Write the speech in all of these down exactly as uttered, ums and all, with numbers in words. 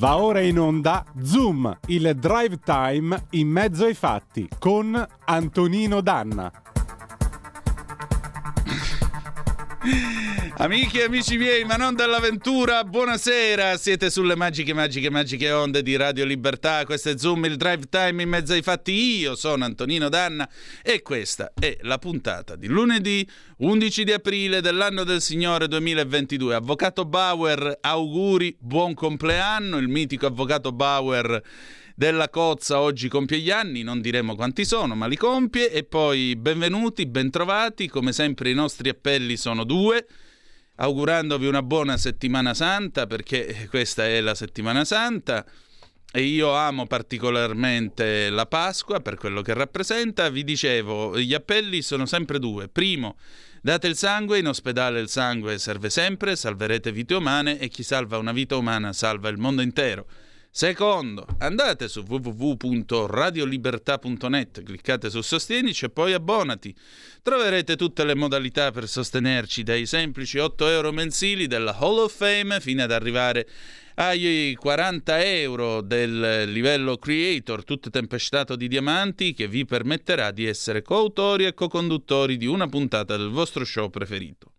Va ora in onda Zoom, il drive time in mezzo ai fatti con Antonino Danna. Amiche e amici miei, ma non dell'avventura, buonasera, siete sulle magiche, magiche, magiche onde di Radio Libertà. Questo è Zoom, il drive time in mezzo ai fatti. Io sono Antonino Danna e questa è la puntata di lunedì undici di aprile dell'anno del Signore duemilaventidue. Avvocato Bauer, auguri, buon compleanno. Il mitico avvocato Bauer della Cozza oggi compie gli anni, non diremo quanti sono, ma li compie. E poi benvenuti, bentrovati, come sempre i nostri appelli sono due, augurandovi una buona settimana santa, perché questa è la settimana santa e io amo particolarmente la Pasqua per quello che rappresenta. Vi dicevo, gli appelli sono sempre due. Primo, date il sangue, in ospedale il sangue serve sempre, salverete vite umane e chi salva una vita umana salva il mondo intero. Secondo, andate su w w w punto radiolibertà punto net, cliccate su Sostienici e poi abbonati. Troverete tutte le modalità per sostenerci, dai semplici otto euro mensili della Hall of Fame fino ad arrivare ai quaranta euro del livello Creator, tutto tempestato di diamanti, che vi permetterà di essere coautori e co-conduttori di una puntata del vostro show preferito.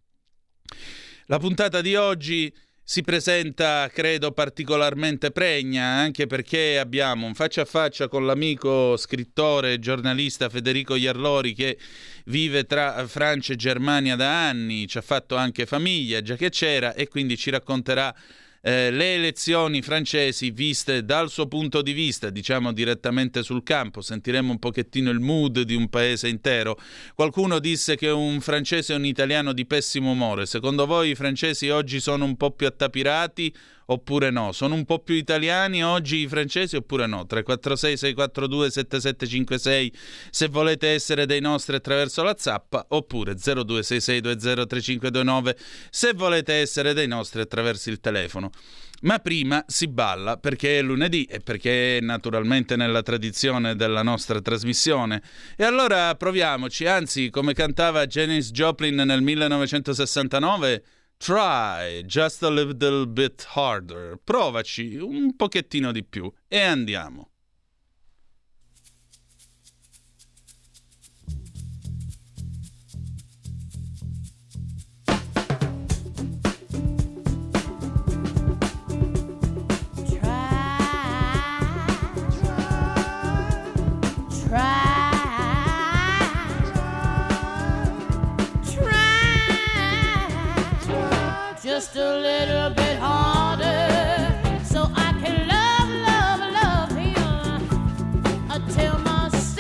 La puntata di oggi si presenta, credo, particolarmente pregna, anche perché abbiamo un faccia a faccia con l'amico scrittore e giornalista Federico Jarlori, che vive tra Francia e Germania da anni, ci ha fatto anche famiglia, già che c'era, e quindi ci racconterà eh, le elezioni francesi viste dal suo punto di vista, diciamo direttamente sul campo. Sentiremo un pochettino il mood di un paese intero. Qualcuno disse che un francese è un italiano di pessimo umore. Secondo voi i francesi oggi sono un po' più attapirati oppure no? Sono un po' più italiani oggi i francesi oppure no? tre quattro sei sei quattro due sette sette cinque sei se volete essere dei nostri attraverso la zappa, oppure zero due sei sei due zero tre cinque due nove se volete essere dei nostri attraverso il telefono. Ma prima si balla, perché è lunedì e perché è naturalmente nella tradizione della nostra trasmissione. E allora proviamoci, anzi, come cantava Janis Joplin nel millenovecentosessantanove, try just a little bit harder. Provaci un pochettino di più e andiamo. Just a little bit harder, so I can love, love, love him. I tell myself,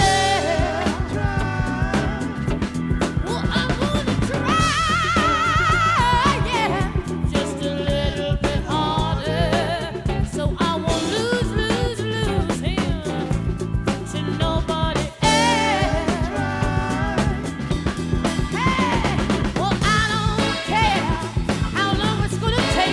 well, I'm gonna try, yeah, just a little bit harder, so I won't lose, lose, lose him to nobody else. Hey, well, I don't care how long it's gonna take.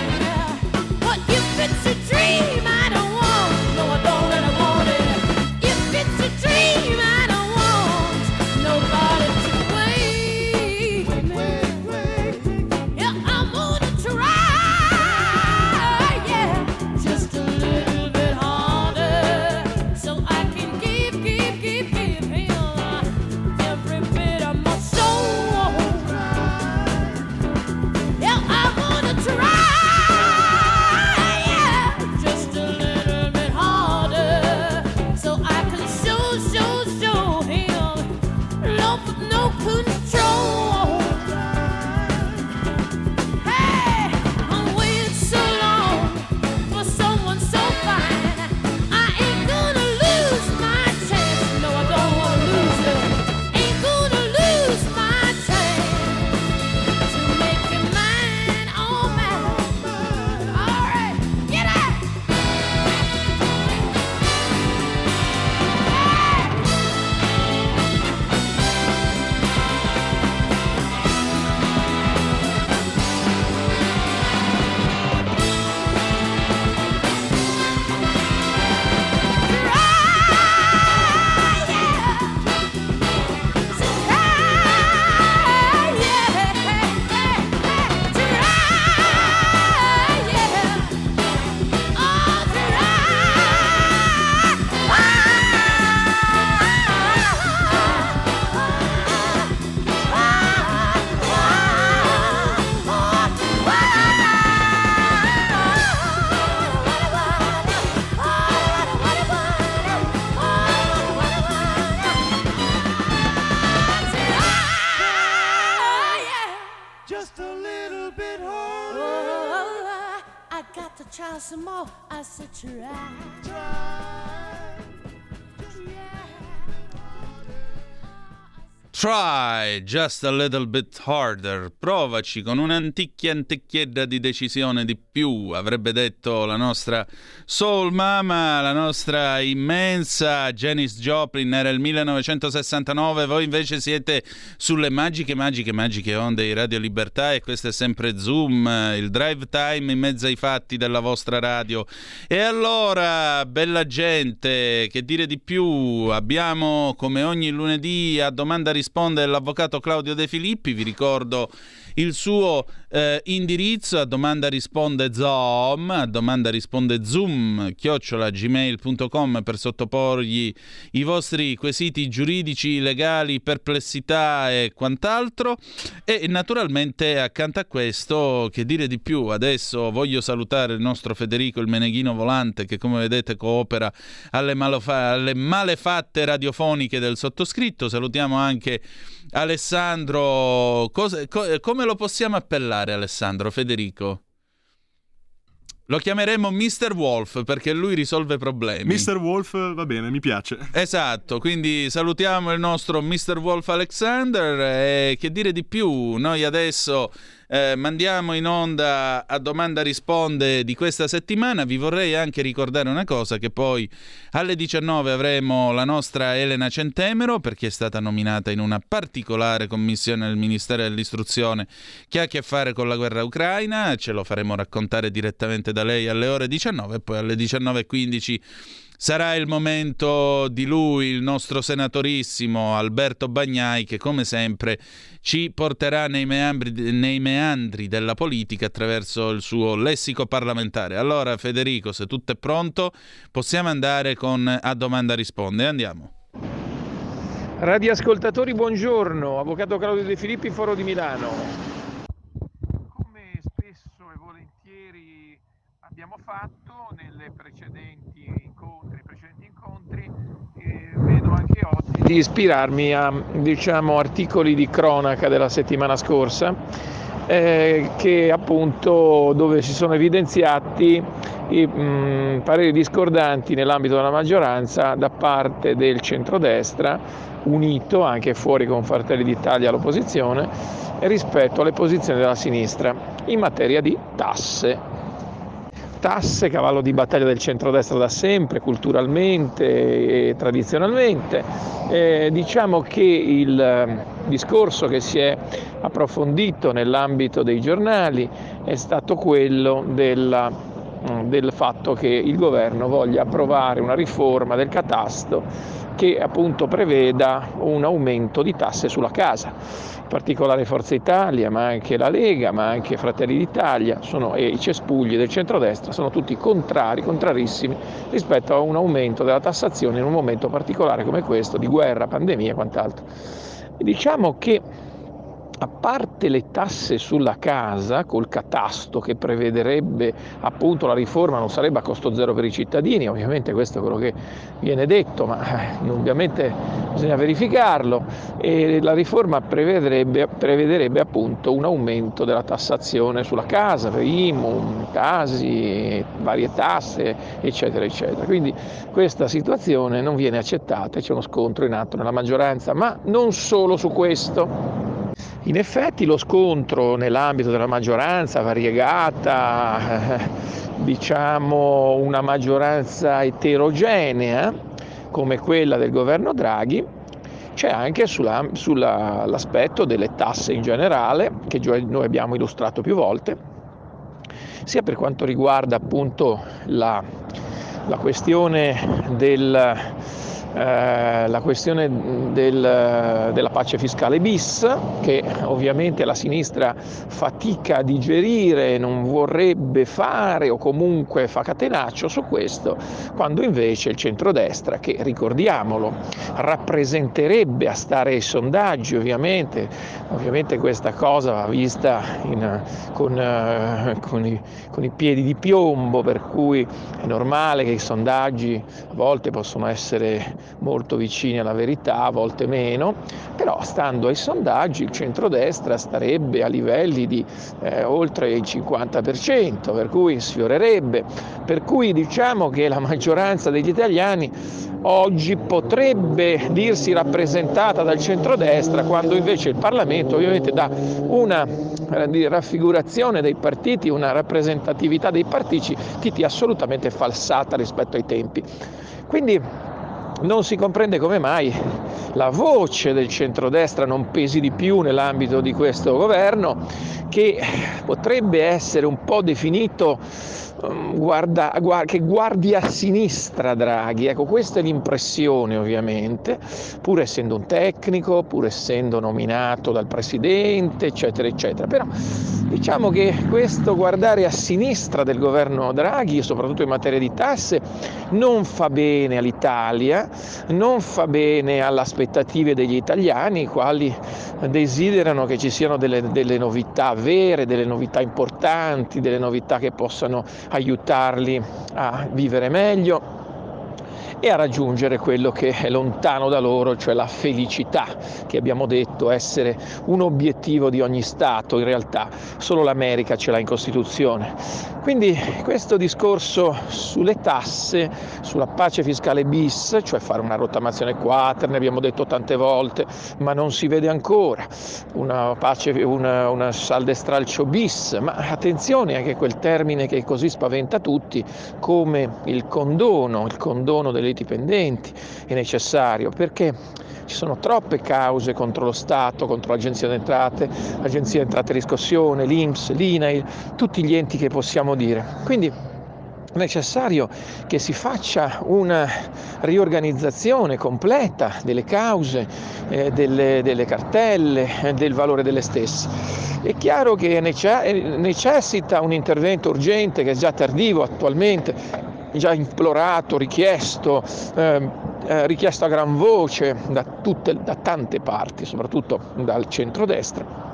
some more. I said try. Try just a little bit harder. Provaci con un'anticchia anticchiedda di decisione di più, avrebbe detto la nostra soul mama, la nostra immensa Janis Joplin. Era il millenovecentosessantanove, voi invece siete sulle magiche, magiche, magiche onde di Radio Libertà e questo è sempre Zoom, il drive time in mezzo ai fatti della vostra radio. E allora, bella gente, che dire di più? Abbiamo come ogni lunedì a domanda risposta risponde l'avvocato Claudio De Filippi. Vi ricordo il suo eh, indirizzo: a domanda risponde Zoom, a domanda risponde Zoom chiocciola gmail punto com per sottoporgli i vostri quesiti giuridici, legali, perplessità e quant'altro. E naturalmente accanto a questo, che dire di più, adesso voglio salutare il nostro Federico il Meneghino Volante, che come vedete coopera alle, malofa- alle malefatte radiofoniche del sottoscritto. Salutiamo anche Alessandro. Cosa, co- come lo possiamo appellare Alessandro? Federico? Lo chiameremo mister Wolf perché lui risolve problemi. mister Wolf va bene, mi piace. Esatto, quindi salutiamo il nostro mister Wolf Alexander. E che dire di più? Noi adesso eh, mandiamo in onda a domanda risponde di questa settimana. Vi vorrei anche ricordare una cosa, che poi alle diciannove avremo la nostra Elena Centemero, perché è stata nominata in una particolare commissione del Ministero dell'Istruzione che ha a che fare con la guerra ucraina. Ce lo faremo raccontare direttamente da lei alle ore diciannove, e poi alle diciannove e quindici sarà il momento di lui, il nostro senatorissimo Alberto Bagnai, che come sempre ci porterà nei meandri, nei meandri della politica attraverso il suo lessico parlamentare. Allora Federico, se tutto è pronto, possiamo andare con A Domanda Risponde. Andiamo. Radioascoltatori, buongiorno. Avvocato Claudio De Filippi, Foro di Milano. Come spesso e volentieri abbiamo fatto nelle precedenti incontri, precedenti incontri eh, vedo anche oggi di ispirarmi a, diciamo, articoli di cronaca della settimana scorsa, eh, che appunto dove si sono evidenziati i mh, pareri discordanti nell'ambito della maggioranza da parte del centrodestra, unito anche fuori con Fratelli d'Italia all'opposizione, rispetto alle posizioni della sinistra in materia di tasse. Tasse, cavallo di battaglia del centrodestra da sempre, culturalmente e tradizionalmente. Eh, diciamo che il eh, discorso che si è approfondito nell'ambito dei giornali è stato quello della, del fatto che il governo voglia approvare una riforma del catasto che appunto preveda un aumento di tasse sulla casa. In particolare Forza Italia, ma anche la Lega, ma anche Fratelli d'Italia sono, e i cespugli del centrodestra sono tutti contrari, contrarissimi rispetto a un aumento della tassazione in un momento particolare come questo, di guerra, pandemia e quant'altro. E diciamo che a parte le tasse sulla casa col catasto che prevederebbe appunto la riforma, non sarebbe a costo zero per i cittadini, ovviamente questo è quello che viene detto, ma eh, ovviamente bisogna verificarlo, e la riforma prevederebbe, prevederebbe appunto un aumento della tassazione sulla casa, per I M U, casi, varie tasse, eccetera, eccetera. Quindi questa situazione non viene accettata e c'è uno scontro in atto nella maggioranza, ma non solo su questo. In effetti lo scontro nell'ambito della maggioranza variegata, eh, diciamo una maggioranza eterogenea come quella del governo Draghi, c'è anche sulla, sulla, l'aspetto delle tasse in generale, che noi abbiamo illustrato più volte, sia per quanto riguarda appunto la, la questione del Eh, la questione del, della pace fiscale bis, che ovviamente la sinistra fatica a digerire, non vorrebbe fare o comunque fa catenaccio su questo, quando invece il centrodestra, che ricordiamolo rappresenterebbe a stare ai sondaggi, ovviamente, ovviamente questa cosa va vista in, con, uh, con, i, con i piedi di piombo, per cui è normale che i sondaggi a volte possono essere molto vicini alla verità, a volte meno, però stando ai sondaggi il centrodestra starebbe a livelli di eh, oltre il cinquanta per cento, per cui sfiorerebbe, per cui diciamo che la maggioranza degli italiani oggi potrebbe dirsi rappresentata dal centrodestra, quando invece il Parlamento ovviamente dà una eh, raffigurazione dei partiti, una rappresentatività dei partiti assolutamente falsata rispetto ai tempi. Quindi non si comprende come mai la voce del centrodestra non pesi di più nell'ambito di questo governo, che potrebbe essere un po' definito um, guarda, guarda, che guardi a sinistra Draghi. Ecco, questa è l'impressione ovviamente, pur essendo un tecnico, pur essendo nominato dal Presidente, eccetera, eccetera. Però diciamo che questo guardare a sinistra del governo Draghi, soprattutto in materia di tasse, non fa bene all'Italia, non fa bene alle aspettative degli italiani, i quali desiderano che ci siano delle, delle novità vere, delle novità importanti, delle novità che possano aiutarli a vivere meglio e a raggiungere quello che è lontano da loro, cioè la felicità, che abbiamo detto essere un obiettivo di ogni Stato. In realtà solo l'America ce l'ha in Costituzione. Quindi questo discorso sulle tasse, sulla pace fiscale bis, cioè fare una rottamazione quater, ne abbiamo detto tante volte, ma non si vede ancora, una pace, una, una salde stralcio bis, ma attenzione anche quel termine che così spaventa tutti, come il condono, il condono delle dipendenti è necessario, perché ci sono troppe cause contro lo Stato, contro l'Agenzia delle Entrate, l'Agenzia delle Entrate e Riscossione, l'I N P S, l'I N A I L, tutti gli enti che possiamo dire. Quindi è necessario che si faccia una riorganizzazione completa delle cause, eh, delle, delle cartelle, eh, del valore delle stesse. È chiaro che necessita un intervento urgente, che è già tardivo attualmente, già implorato, richiesto, eh, eh, richiesto a gran voce da, tutte, da tante parti, soprattutto dal centrodestra,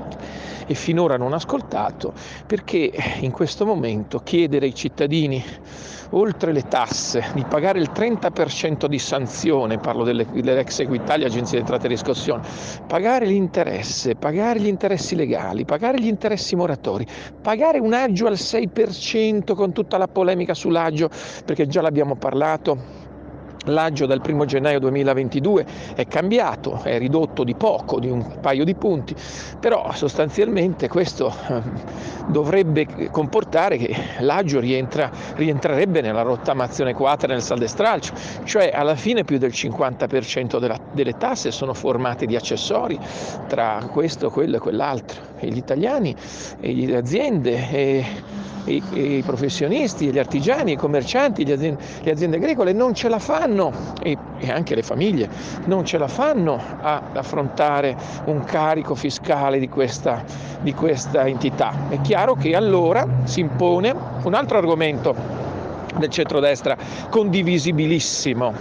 e finora non ascoltato, perché in questo momento chiedere ai cittadini, oltre le tasse, di pagare il trenta per cento di sanzione, parlo delle, dell'ex Equitalia, Agenzia di Entrate e Riscossione, pagare l'interesse, pagare gli interessi legali, pagare gli interessi moratori, pagare un aggio al sei per cento con tutta la polemica sull'aggio, perché già l'abbiamo parlato. L'aggio dal primo gennaio duemilaventidue è cambiato, è ridotto di poco, di un paio di punti, però sostanzialmente questo eh, dovrebbe comportare che l'aggio rientra, rientrerebbe nella rottamazione quater, nel saldo e stralcio, cioè alla fine più del cinquanta per cento della, delle tasse sono formate di accessori tra questo, quello e quell'altro, e gli italiani e le aziende e I, i professionisti, gli artigiani, i commercianti, le aziende, le aziende agricole non ce la fanno, e, e anche le famiglie non ce la fanno ad affrontare un carico fiscale di questa, di questa entità. È chiaro che allora si impone un altro argomento del centrodestra condivisibilissimo,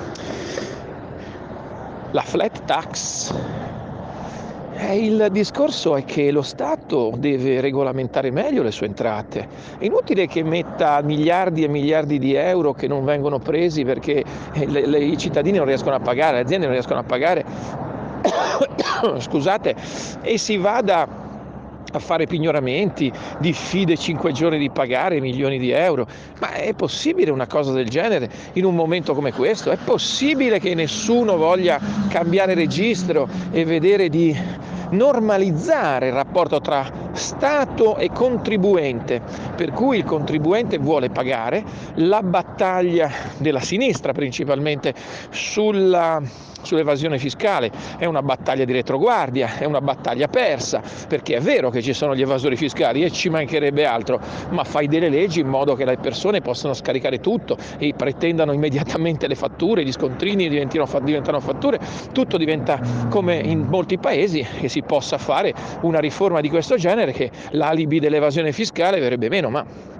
la flat tax. Il discorso è che lo Stato deve regolamentare meglio le sue entrate. È inutile che metta miliardi e miliardi di euro che non vengono presi perché le, le, i cittadini non riescono a pagare, le aziende non riescono a pagare, scusate, e si vada a fare pignoramenti, diffide cinque giorni di pagare milioni di euro. Ma è possibile una cosa del genere in un momento come questo? È possibile che nessuno voglia cambiare registro e vedere di normalizzare il rapporto tra Stato e contribuente, per cui il contribuente vuole pagare? La battaglia della sinistra principalmente sulla sull'evasione fiscale è una battaglia di retroguardia, è una battaglia persa, perché è vero che ci sono gli evasori fiscali e ci mancherebbe altro, ma fai delle leggi in modo che le persone possano scaricare tutto e pretendano immediatamente le fatture, gli scontrini diventano, diventano fatture, tutto diventa come in molti paesi, che si possa fare una riforma di questo genere, che l'alibi dell'evasione fiscale verrebbe meno, ma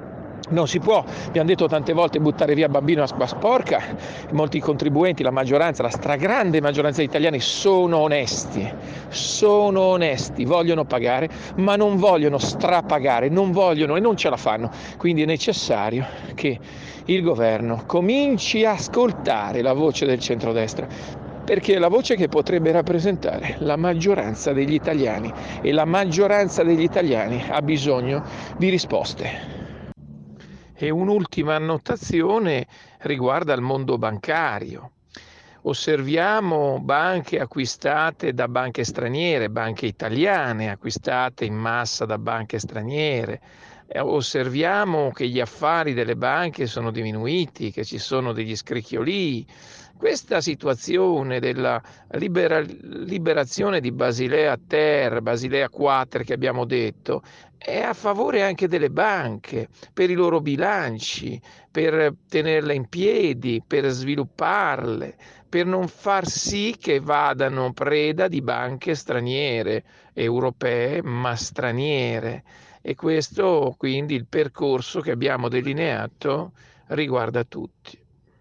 Non si può, abbiamo detto tante volte, buttare via bambino a acqua sporca. Molti contribuenti, la maggioranza, la stragrande maggioranza degli italiani sono onesti, sono onesti, vogliono pagare, ma non vogliono strapagare, non vogliono e non ce la fanno. Quindi è necessario che il governo cominci a ascoltare la voce del centrodestra, perché è la voce che potrebbe rappresentare la maggioranza degli italiani e la maggioranza degli italiani ha bisogno di risposte. E un'ultima annotazione riguarda il mondo bancario. Osserviamo banche acquistate da banche straniere, banche italiane acquistate in massa da banche straniere. Osserviamo che gli affari delle banche sono diminuiti, che ci sono degli scricchiolii. Questa situazione della libera, liberazione di Basilea Ter, Basilea Quater che abbiamo detto, è a favore anche delle banche, per i loro bilanci, per tenerle in piedi, per svilupparle, per non far sì che vadano preda di banche straniere, europee ma straniere. E questo quindi il percorso che abbiamo delineato riguarda tutti.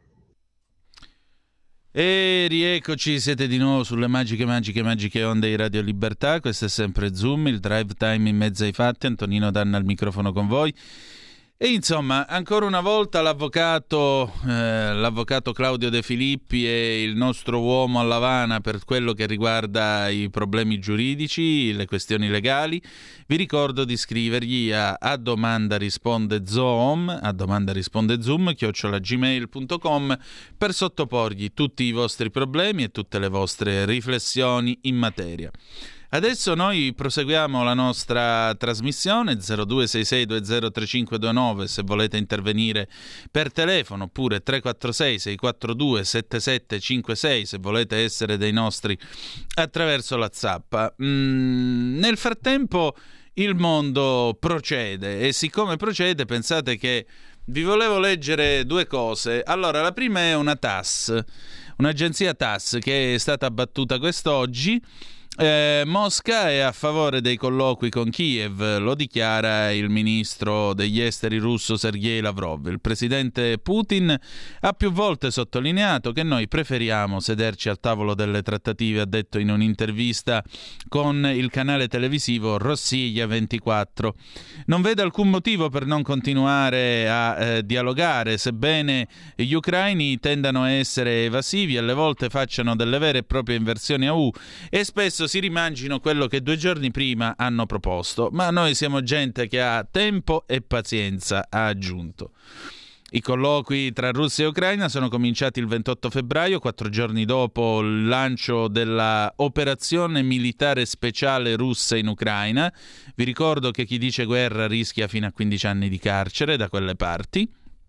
E rieccoci, siete di nuovo sulle magiche, magiche, magiche onde di Radio Libertà. Questo è sempre Zoom, il drive time in mezzo ai fatti. Antonino Danna al microfono con voi. E insomma, ancora una volta l'avvocato, eh, l'avvocato Claudio De Filippi è il nostro uomo a Lavana per quello che riguarda i problemi giuridici, le questioni legali. Vi ricordo di scrivergli a, a domanda risponde zoom, a domanda risponde zoom, chiocciola gmail punto com per sottoporgli tutti i vostri problemi e tutte le vostre riflessioni in materia. Adesso noi proseguiamo la nostra trasmissione zero due sei sei due zero tre cinque due nove se volete intervenire per telefono, oppure tre quattro sei sei quattro due sette sette cinque sei se volete essere dei nostri attraverso la zappa. Mm, nel frattempo il mondo procede e siccome procede pensate che vi volevo leggere due cose. Allora, la prima è una T A S, un'agenzia T A S che è stata battuta quest'oggi. Eh, Mosca è a favore dei colloqui con Kiev, lo dichiara il ministro degli esteri russo Sergei Lavrov. Il presidente Putin ha più volte sottolineato che noi preferiamo sederci al tavolo delle trattative, ha detto in un'intervista con il canale televisivo Rossiya ventiquattro. Non vede alcun motivo per non continuare a eh, dialogare, sebbene gli ucraini tendano a essere evasivi e alle volte facciano delle vere e proprie inversioni a U e spesso si rimangino quello che due giorni prima hanno proposto, ma noi siamo gente che ha tempo e pazienza, ha aggiunto. I colloqui tra Russia e Ucraina sono cominciati il ventotto febbraio, quattro giorni dopo il lancio della operazione militare speciale russa in Ucraina. Vi ricordo che chi dice guerra rischia fino a quindici anni di carcere da quelle parti.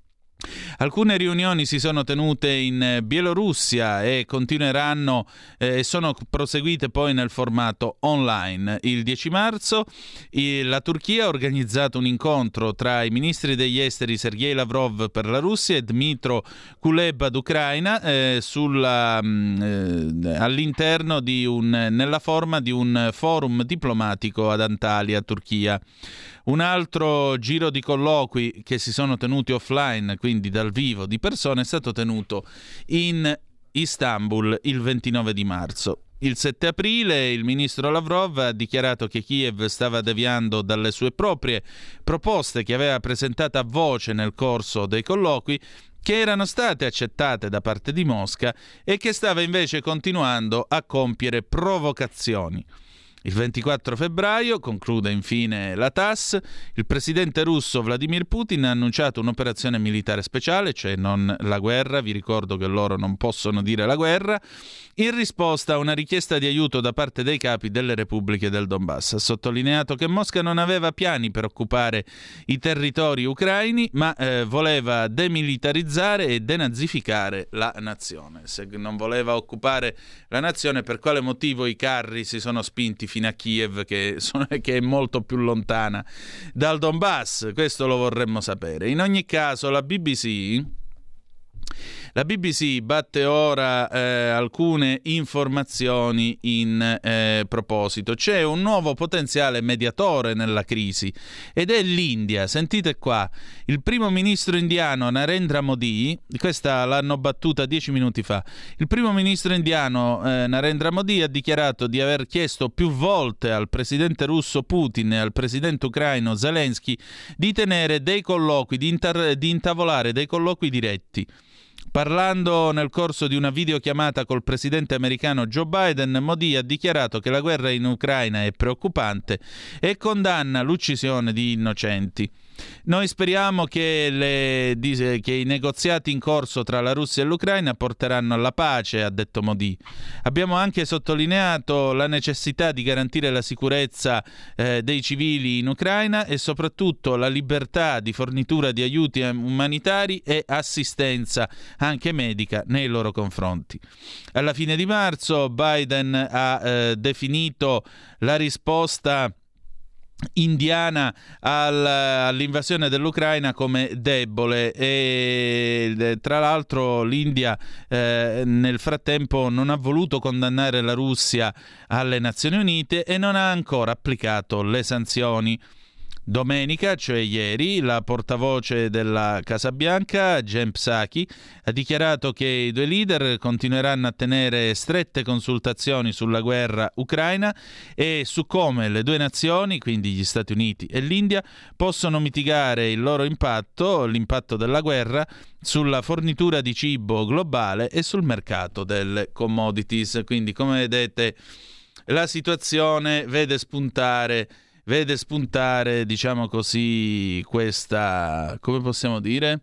Alcune riunioni si sono tenute in Bielorussia e continueranno e eh, sono proseguite poi nel formato online. Il dieci marzo il, la Turchia ha organizzato un incontro tra i ministri degli esteri Sergei Lavrov per la Russia e Dmytro Kuleba d'Ucraina eh, sulla, mh, eh, all'interno di un, nella forma di un forum diplomatico ad Antalya, Turchia. Un altro giro di colloqui che si sono tenuti offline, quindi dal vivo di persone, è stato tenuto in Istanbul il ventinove di marzo. Il sette aprile il ministro Lavrov ha dichiarato che Kiev stava deviando dalle sue proprie proposte che aveva presentato a voce nel corso dei colloqui, che erano state accettate da parte di Mosca, e che stava invece continuando a compiere provocazioni. Il ventiquattro febbraio, conclude infine la T A S, il presidente russo Vladimir Putin ha annunciato un'operazione militare speciale, cioè non la guerra, vi ricordo che loro non possono dire la guerra, in risposta a una richiesta di aiuto da parte dei capi delle repubbliche del Donbass. Ha sottolineato che Mosca non aveva piani per occupare i territori ucraini, ma eh, voleva demilitarizzare e denazificare la nazione. Se non voleva occupare la nazione, per quale motivo i carri si sono spinti fino a Kiev, che, sono, che è molto più lontana dal Donbass? Questo lo vorremmo sapere. In ogni caso, la B B C La B B C batte ora eh, alcune informazioni in eh, proposito. C'è un nuovo potenziale mediatore nella crisi ed è l'India. Sentite qua, il primo ministro indiano Narendra Modi, questa l'hanno battuta dieci minuti fa, il primo ministro indiano eh, Narendra Modi ha dichiarato di aver chiesto più volte al presidente russo Putin e al presidente ucraino Zelensky di tenere dei colloqui, di, intar- di intavolare dei colloqui diretti. Parlando nel corso di una videochiamata col presidente americano Joe Biden, Modi ha dichiarato che la guerra in Ucraina è preoccupante e condanna l'uccisione di innocenti. Noi speriamo che, le, che i negoziati in corso tra la Russia e l'Ucraina porteranno alla pace, ha detto Modi. Abbiamo anche sottolineato la necessità di garantire la sicurezza eh, dei civili in Ucraina e soprattutto la libertà di fornitura di aiuti umanitari e assistenza anche medica nei loro confronti. Alla fine di marzo Biden ha eh, definito la risposta indiana al, all'invasione dell'Ucraina come debole e tra l'altro l'India eh, nel frattempo non ha voluto condannare la Russia alle Nazioni Unite e non ha ancora applicato le sanzioni. Domenica, cioè ieri, la portavoce della Casa Bianca, Jen Psaki, ha dichiarato che i due leader continueranno a tenere strette consultazioni sulla guerra ucraina e su come le due nazioni, quindi gli Stati Uniti e l'India, possono mitigare il loro impatto, l'impatto della guerra, sulla fornitura di cibo globale e sul mercato delle commodities. Quindi, come vedete, la situazione vede spuntare vede spuntare, diciamo così, questa, come possiamo dire?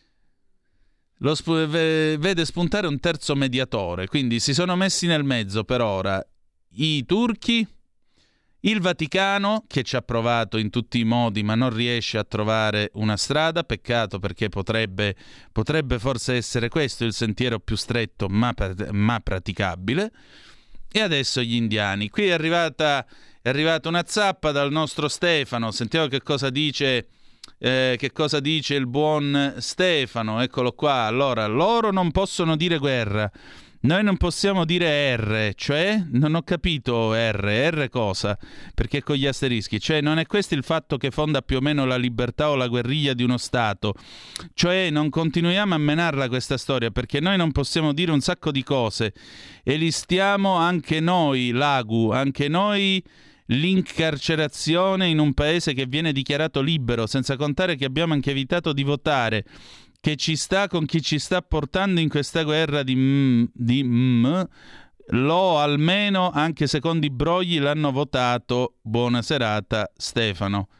Lo sp- vede spuntare un terzo mediatore, quindi si sono messi nel mezzo per ora i turchi, il Vaticano, che ci ha provato in tutti i modi ma non riesce a trovare una strada, peccato perché potrebbe, potrebbe forse essere questo il sentiero più stretto ma, ma praticabile, e adesso gli indiani. Qui è arrivata... È arrivata una zappa dal nostro Stefano, sentiamo che cosa dice, eh, che cosa dice il buon Stefano, eccolo qua. Allora, loro non possono dire guerra, noi non possiamo dire R, cioè, non ho capito R, R cosa? Perché con gli asterischi, cioè non è questo il fatto che fonda più o meno la libertà o la guerriglia di uno Stato, cioè non continuiamo a menarla questa storia perché noi non possiamo dire un sacco di cose e li stiamo anche noi, Lagu, anche noi... L'incarcerazione in un paese che viene dichiarato libero, senza contare che abbiamo anche evitato di votare, che ci sta con chi ci sta portando in questa guerra di mm, di mm, lo almeno anche secondo i brogli l'hanno votato. Buona serata Stefano.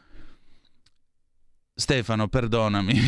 Stefano, perdonami.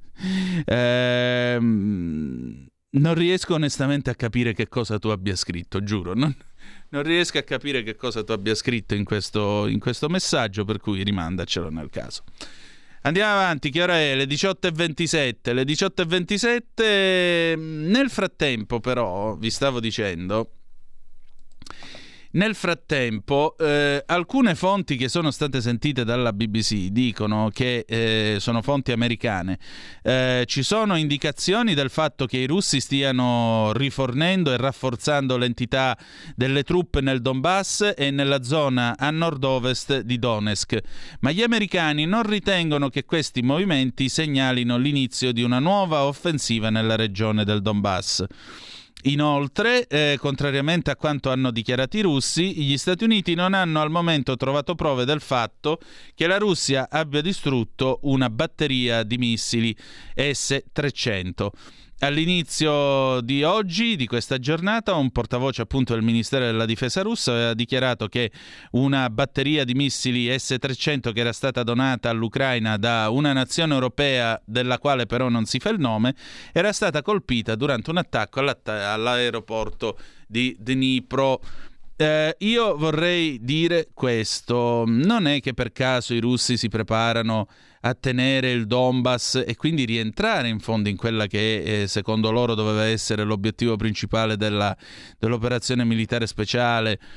ehm, non riesco onestamente a capire che cosa tu abbia scritto, giuro, non... Non riesco a capire che cosa tu abbia scritto in questo, in questo messaggio, per cui rimandacelo nel caso. Andiamo avanti, che ora è? Le diciotto e ventisette. Le diciotto e ventisette. Nel frattempo, però, vi stavo dicendo... Nel frattempo, eh, alcune fonti che sono state sentite dalla B B C dicono che eh, sono fonti americane. Eh, ci sono indicazioni del fatto che i russi stiano rifornendo e rafforzando l'entità delle truppe nel Donbass e nella zona a nord-ovest di Donetsk, ma gli americani non ritengono che questi movimenti segnalino l'inizio di una nuova offensiva nella regione del Donbass. Inoltre, eh, contrariamente a quanto hanno dichiarato i russi, gli Stati Uniti non hanno al momento trovato prove del fatto che la Russia abbia distrutto una batteria di missili S trecento. All'inizio di oggi, di questa giornata, un portavoce appunto del Ministero della Difesa russo aveva dichiarato che una batteria di missili S trecento che era stata donata all'Ucraina da una nazione europea della quale però non si fa il nome, era stata colpita durante un attacco all'aeroporto di Dnipro. Eh, io vorrei dire questo: non è che per caso i russi si preparano a tenere il Donbass e quindi rientrare in fondo in quella che eh, secondo loro doveva essere l'obiettivo principale della, dell'operazione militare speciale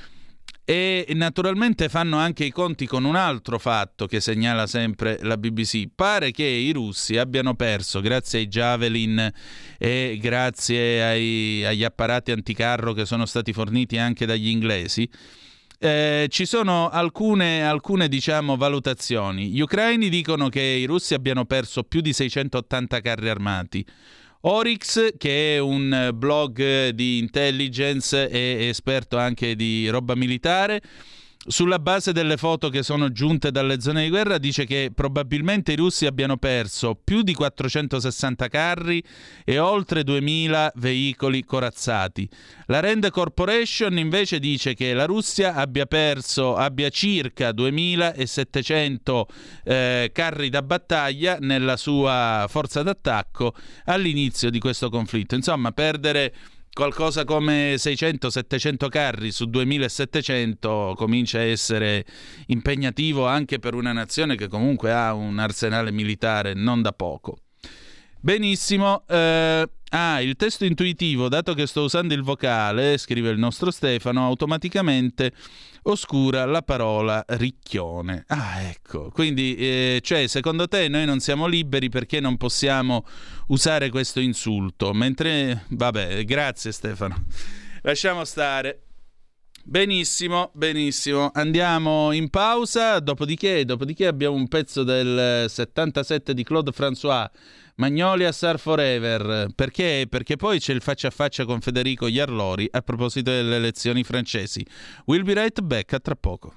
E naturalmente fanno anche i conti con un altro fatto che segnala sempre la B B C. Pare che i russi abbiano perso, grazie ai Javelin e grazie ai, agli apparati anticarro che sono stati forniti anche dagli inglesi, eh, ci sono alcune, alcune diciamo valutazioni. Gli ucraini dicono che i russi abbiano perso più di seicentottanta carri armati. Oryx, che è un blog di intelligence e esperto anche di roba militare, sulla base delle foto che sono giunte dalle zone di guerra, dice che probabilmente i russi abbiano perso più di quattrocentosessanta carri e oltre duemila veicoli corazzati. La Rand Corporation invece dice che la Russia abbia perso abbia circa duemilasettecento eh, carri da battaglia nella sua forza d'attacco all'inizio di questo conflitto. Insomma, perdere qualcosa come seicento settecento carri su duemilasettecento comincia a essere impegnativo anche per una nazione che comunque ha un arsenale militare non da poco. Benissimo. Eh, ah, il testo intuitivo, dato che sto usando il vocale, scrive il nostro Stefano, automaticamente oscura la parola ricchione. Ah, ecco. Quindi, eh, cioè, secondo te noi non siamo liberi perché non possiamo usare questo insulto? Mentre, vabbè, grazie Stefano. Lasciamo stare. Benissimo, benissimo. Andiamo in pausa, dopodiché, dopodiché abbiamo un pezzo del settantasette di Claude François, Magnolia Star Forever. Perché? Perché poi c'è il faccia a faccia con Federico Jarlori a proposito delle elezioni francesi. We'll be right back, a tra poco.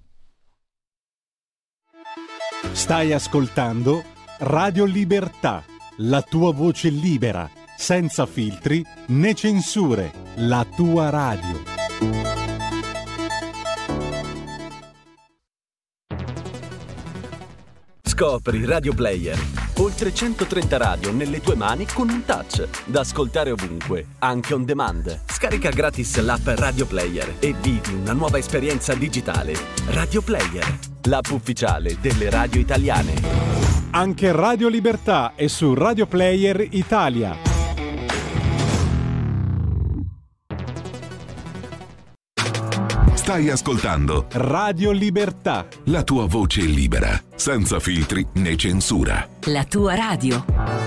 Stai ascoltando Radio Libertà, la tua voce libera, senza filtri né censure, la tua radio. Scopri Radio Player. Oltre centotrenta radio nelle tue mani con un touch. Da ascoltare ovunque, anche on demand. Scarica gratis l'app Radio Player e vivi una nuova esperienza digitale. Radio Player, l'app ufficiale delle radio italiane. Anche Radio Libertà è su Radio Player Italia. Stai ascoltando Radio Libertà, la tua voce libera, senza filtri né censura. La tua radio.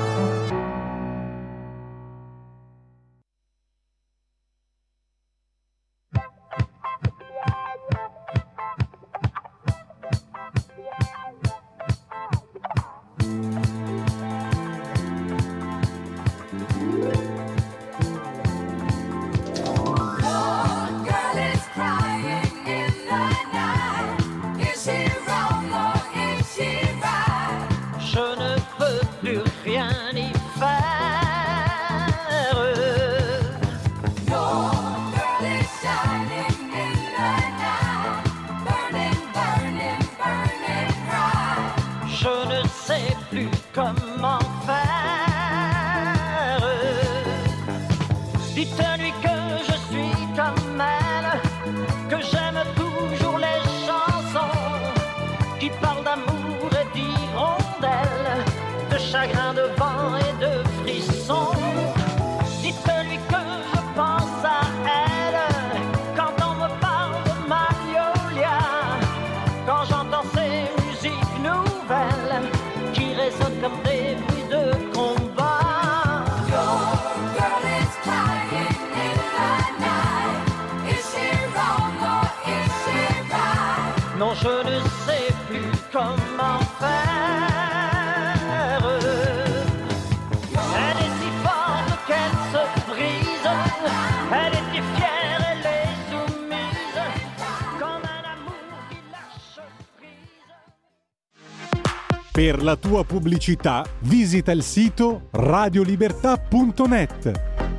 Per la tua pubblicità visita il sito radiolibertà punto net.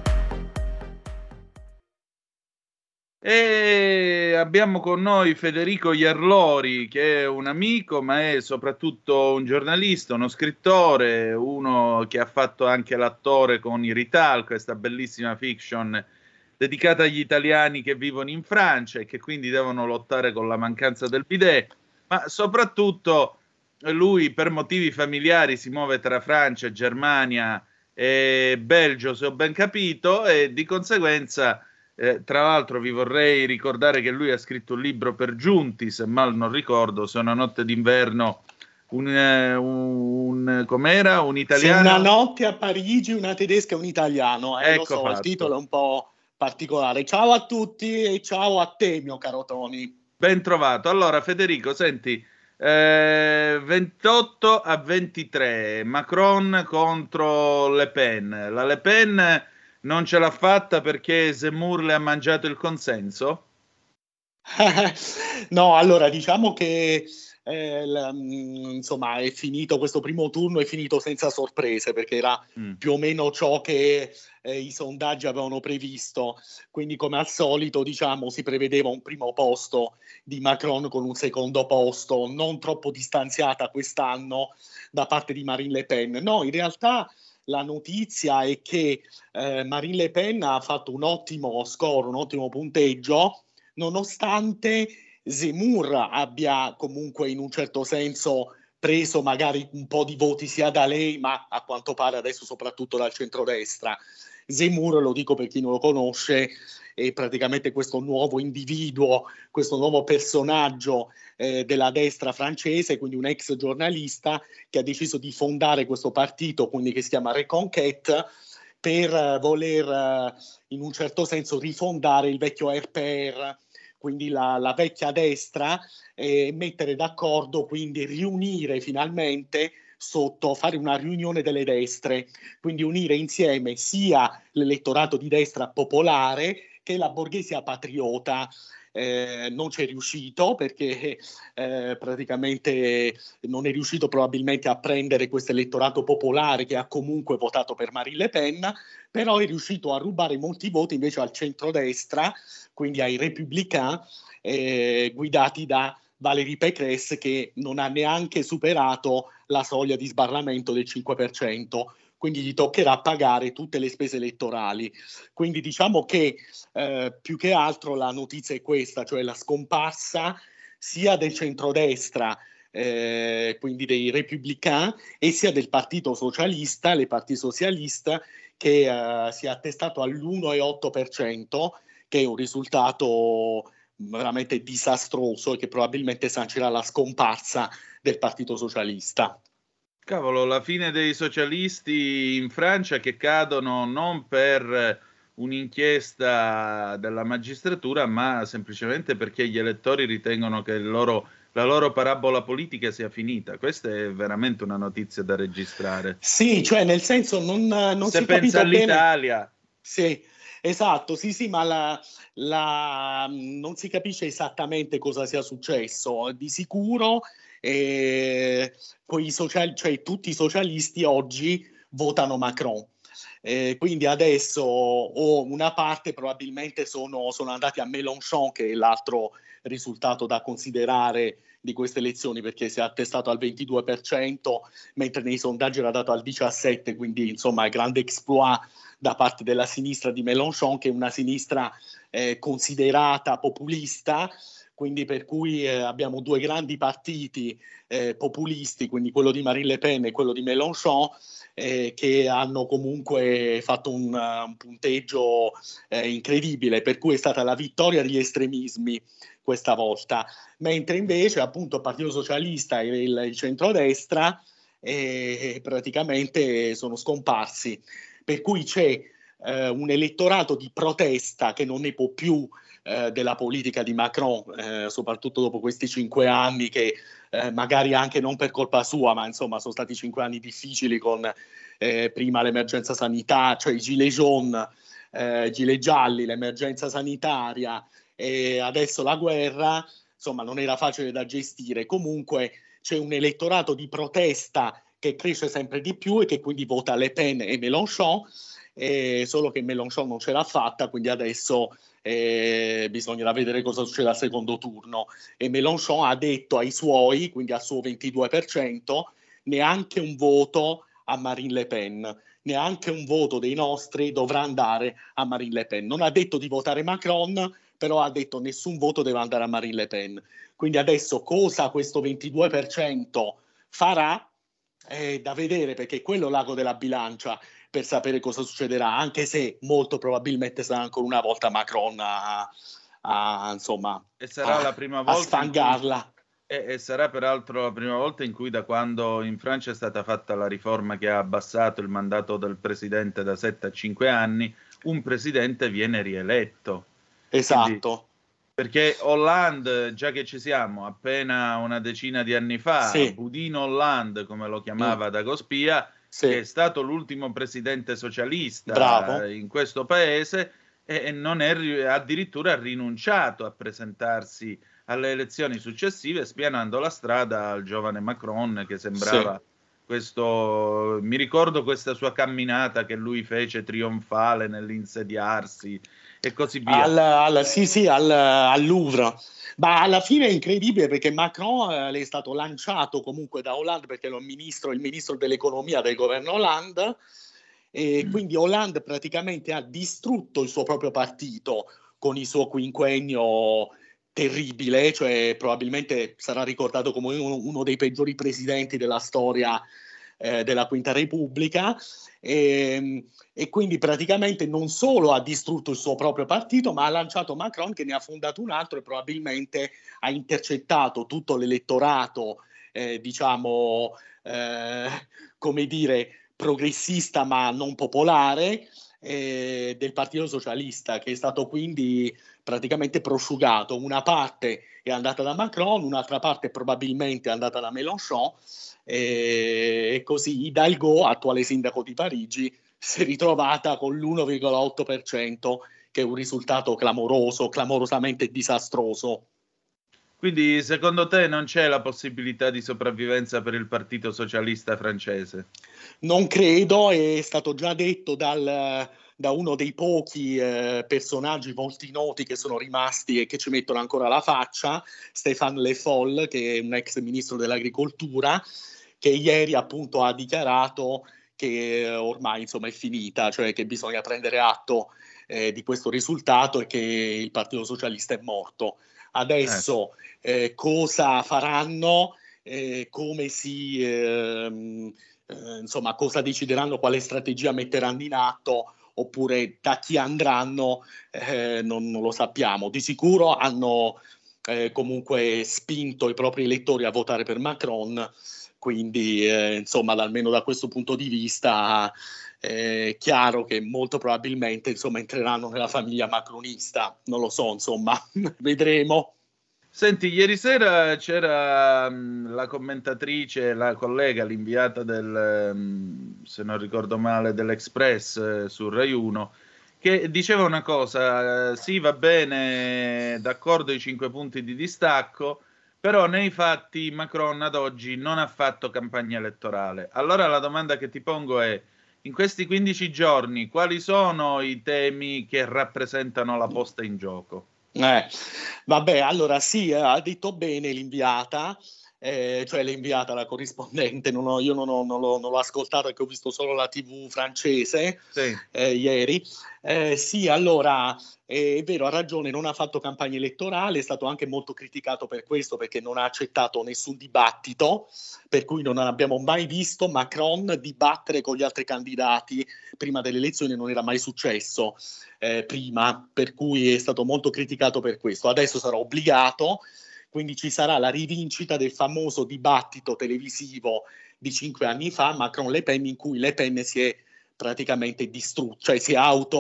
E abbiamo con noi Federico Jarlori, che è un amico, ma è soprattutto un giornalista, uno scrittore, uno che ha fatto anche l'attore con i Rital, questa bellissima fiction dedicata agli italiani che vivono in Francia e che quindi devono lottare con la mancanza del bidet, ma soprattutto lui per motivi familiari si muove tra Francia, Germania e Belgio, se ho ben capito, e di conseguenza Eh, tra l'altro vi vorrei ricordare che lui ha scritto un libro per giunti, se mal non ricordo, Se una notte d'inverno, un, eh, un com'era? Un Se italiano? una notte a Parigi, una tedesca e un italiano, eh, lo Ecco so, il fatto. titolo è un po' particolare. Ciao a tutti e ciao a te, mio caro Tony. Ben trovato. Allora, Federico, senti, eh, ventotto a ventitré, Macron contro Le Pen. La Le Pen non ce l'ha fatta perché Zemmour le ha mangiato il consenso? No, allora diciamo che eh, l- mh, insomma è finito questo primo turno, è finito senza sorprese perché era Mm. più o meno ciò che eh, i sondaggi avevano previsto, quindi come al solito diciamo si prevedeva un primo posto di Macron con un secondo posto non troppo distanziata quest'anno da parte di Marine Le Pen. No, in realtà la notizia è che eh, Marine Le Pen ha fatto un ottimo score, un ottimo punteggio, nonostante Zemmour abbia comunque in un certo senso preso magari un po' di voti sia da lei, ma a quanto pare adesso soprattutto dal centrodestra. Zemmour, lo dico per chi non lo conosce, è praticamente questo nuovo individuo, questo nuovo personaggio eh, della destra francese, quindi un ex giornalista che ha deciso di fondare questo partito, quindi che si chiama Reconquête, per eh, voler eh, in un certo senso rifondare il vecchio R P R, quindi la, la vecchia destra, e mettere d'accordo, quindi riunire finalmente sotto, fare una riunione delle destre, quindi unire insieme sia l'elettorato di destra popolare che la borghesia patriota. Eh, non c'è riuscito perché eh, praticamente non è riuscito probabilmente a prendere questo elettorato popolare che ha comunque votato per Marine Le Pen, però è riuscito a rubare molti voti invece al centrodestra, quindi ai Républicains, eh, guidati da Valérie Pécresse, che non ha neanche superato la soglia di sbarramento del cinque per cento, quindi gli toccherà pagare tutte le spese elettorali. Quindi diciamo che eh, più che altro la notizia è questa, cioè la scomparsa sia del centrodestra, eh, quindi dei Républicains, e sia del Partito Socialista, le Parti Socialista, che eh, si è attestato all'uno virgola otto per cento, che è un risultato veramente disastroso e che probabilmente sancirà la scomparsa del Partito Socialista. Cavolo, la fine dei socialisti in Francia che cadono non per un'inchiesta della magistratura, ma semplicemente perché gli elettori ritengono che il loro, la loro parabola politica sia finita. Questa è veramente una notizia da registrare. Sì, cioè nel senso non, non Se si è pensa capito bene. all'Italia. Sì, esatto, sì, sì, ma la, la- non si capisce esattamente cosa sia successo. Di sicuro eh, quei social- cioè, tutti i socialisti oggi votano Macron. Eh, quindi adesso o una parte probabilmente sono, sono andati a Mélenchon, che è l'altro risultato da considerare di queste elezioni, perché si è attestato al ventidue per cento, mentre nei sondaggi era dato al diciassette per cento, quindi insomma grande exploit da parte della sinistra di Mélenchon, che è una sinistra eh, considerata populista, quindi per cui eh, abbiamo due grandi partiti eh, populisti, quindi quello di Marine Le Pen e quello di Mélenchon, eh, che hanno comunque fatto un, uh, un punteggio eh, incredibile, per cui è stata la vittoria degli estremismi questa volta, mentre invece appunto il Partito Socialista e il, il centrodestra eh, praticamente sono scomparsi, per cui c'è eh, un elettorato di protesta che non ne può più eh, della politica di Macron, eh, soprattutto dopo questi cinque anni che eh, magari anche non per colpa sua, ma insomma sono stati cinque anni difficili con eh, prima l'emergenza sanitaria, cioè i gilet jaune, eh, gilet gialli, l'emergenza sanitaria e adesso la guerra, insomma non era facile da gestire. Comunque c'è un elettorato di protesta che cresce sempre di più e che quindi vota Le Pen e Mélenchon, eh, solo che Mélenchon non ce l'ha fatta, quindi adesso eh, bisognerà vedere cosa succede al secondo turno. E Mélenchon ha detto ai suoi, quindi al suo ventidue per cento, neanche un voto a Marine Le Pen, neanche un voto dei nostri dovrà andare a Marine Le Pen. Non ha detto di votare Macron, però ha detto nessun voto deve andare a Marine Le Pen. Quindi adesso cosa questo ventidue per cento farà è da vedere, perché quello è l'ago della bilancia, per sapere cosa succederà, anche se molto probabilmente sarà ancora una volta Macron a, a insomma e sarà a, la prima a volta sfangarla. E, e sarà peraltro la prima volta in cui da quando in Francia è stata fatta la riforma che ha abbassato il mandato del presidente da sette a cinque anni, un presidente viene rieletto. Esatto. Quindi, perché Hollande, già che ci siamo, appena una decina di anni fa, Sì. Budino Hollande, come lo chiamava Mm. Dagospia, Sì. che è stato l'ultimo presidente socialista Bravo. in questo paese, e, e non è ri- addirittura rinunciato a presentarsi alle elezioni successive, spianando la strada al giovane Macron, che sembrava Sì. questo. Mi ricordo questa sua camminata che lui fece trionfale nell'insediarsi e così via. Al, al, sì, sì, al, al Louvre. Ma alla fine è incredibile perché Macron eh, è stato lanciato comunque da Hollande perché è il ministro, il ministro dell'economia del governo Hollande, e quindi Hollande praticamente ha distrutto il suo proprio partito con il suo quinquennio terribile, cioè probabilmente sarà ricordato come uno, uno dei peggiori presidenti della storia eh, della Quinta Repubblica, e, e quindi praticamente non solo ha distrutto il suo proprio partito, ma ha lanciato Macron, che ne ha fondato un altro e probabilmente ha intercettato tutto l'elettorato, eh, diciamo, eh, come dire, progressista ma non popolare, eh, del Partito Socialista, che è stato quindi praticamente prosciugato. Una parte è andata da Macron, un'altra parte probabilmente è andata da Mélenchon, e, e così Hidalgo, attuale sindaco di Parigi, si è ritrovata con l'uno virgola otto per cento, che è un risultato clamoroso, clamorosamente disastroso. Quindi secondo te non c'è la possibilità di sopravvivenza per il Partito Socialista francese? Non credo, è stato già detto dal, da uno dei pochi eh, personaggi molti noti che sono rimasti e che ci mettono ancora la faccia, Stéphane Le Foll, che è un ex ministro dell'agricoltura, che ieri appunto ha dichiarato che eh, ormai insomma è finita, cioè che bisogna prendere atto eh, di questo risultato e che il Partito Socialista è morto. Adesso eh, cosa faranno, eh, come si... Ehm, Eh, insomma, cosa decideranno, quale strategia metteranno in atto, oppure da chi andranno, eh, non, non lo sappiamo. Di sicuro hanno eh, comunque spinto i propri elettori a votare per Macron, quindi eh, insomma, almeno da questo punto di vista eh, è chiaro che molto probabilmente insomma entreranno nella famiglia macronista. Non lo so, insomma, vedremo. Senti, ieri sera c'era mh, la commentatrice, la collega, l'inviata del, mh, se non ricordo male, dell'Express eh, su Rai uno, che diceva una cosa: eh, sì, va bene, d'accordo i cinque punti di distacco, però nei fatti Macron ad oggi non ha fatto campagna elettorale. Allora la domanda che ti pongo è: in questi quindici giorni quali sono i temi che rappresentano la posta in gioco? Eh, vabbè, allora sì, eh, ha detto bene l'inviata, eh, cioè l'inviata, la corrispondente, non ho, io non, ho, non, l'ho, non l'ho ascoltata perché ho visto solo la tivù francese Sì. eh, ieri. Eh, sì, allora eh, è vero, ha ragione, non ha fatto campagna elettorale, è stato anche molto criticato per questo, perché non ha accettato nessun dibattito, per cui non abbiamo mai visto Macron dibattere con gli altri candidati prima delle elezioni, non era mai successo eh, prima, per cui è stato molto criticato per questo. Adesso sarà obbligato, quindi ci sarà la rivincita del famoso dibattito televisivo di cinque anni fa, Macron-Le Pen, in cui Le Pen si è praticamente distrutta, cioè si è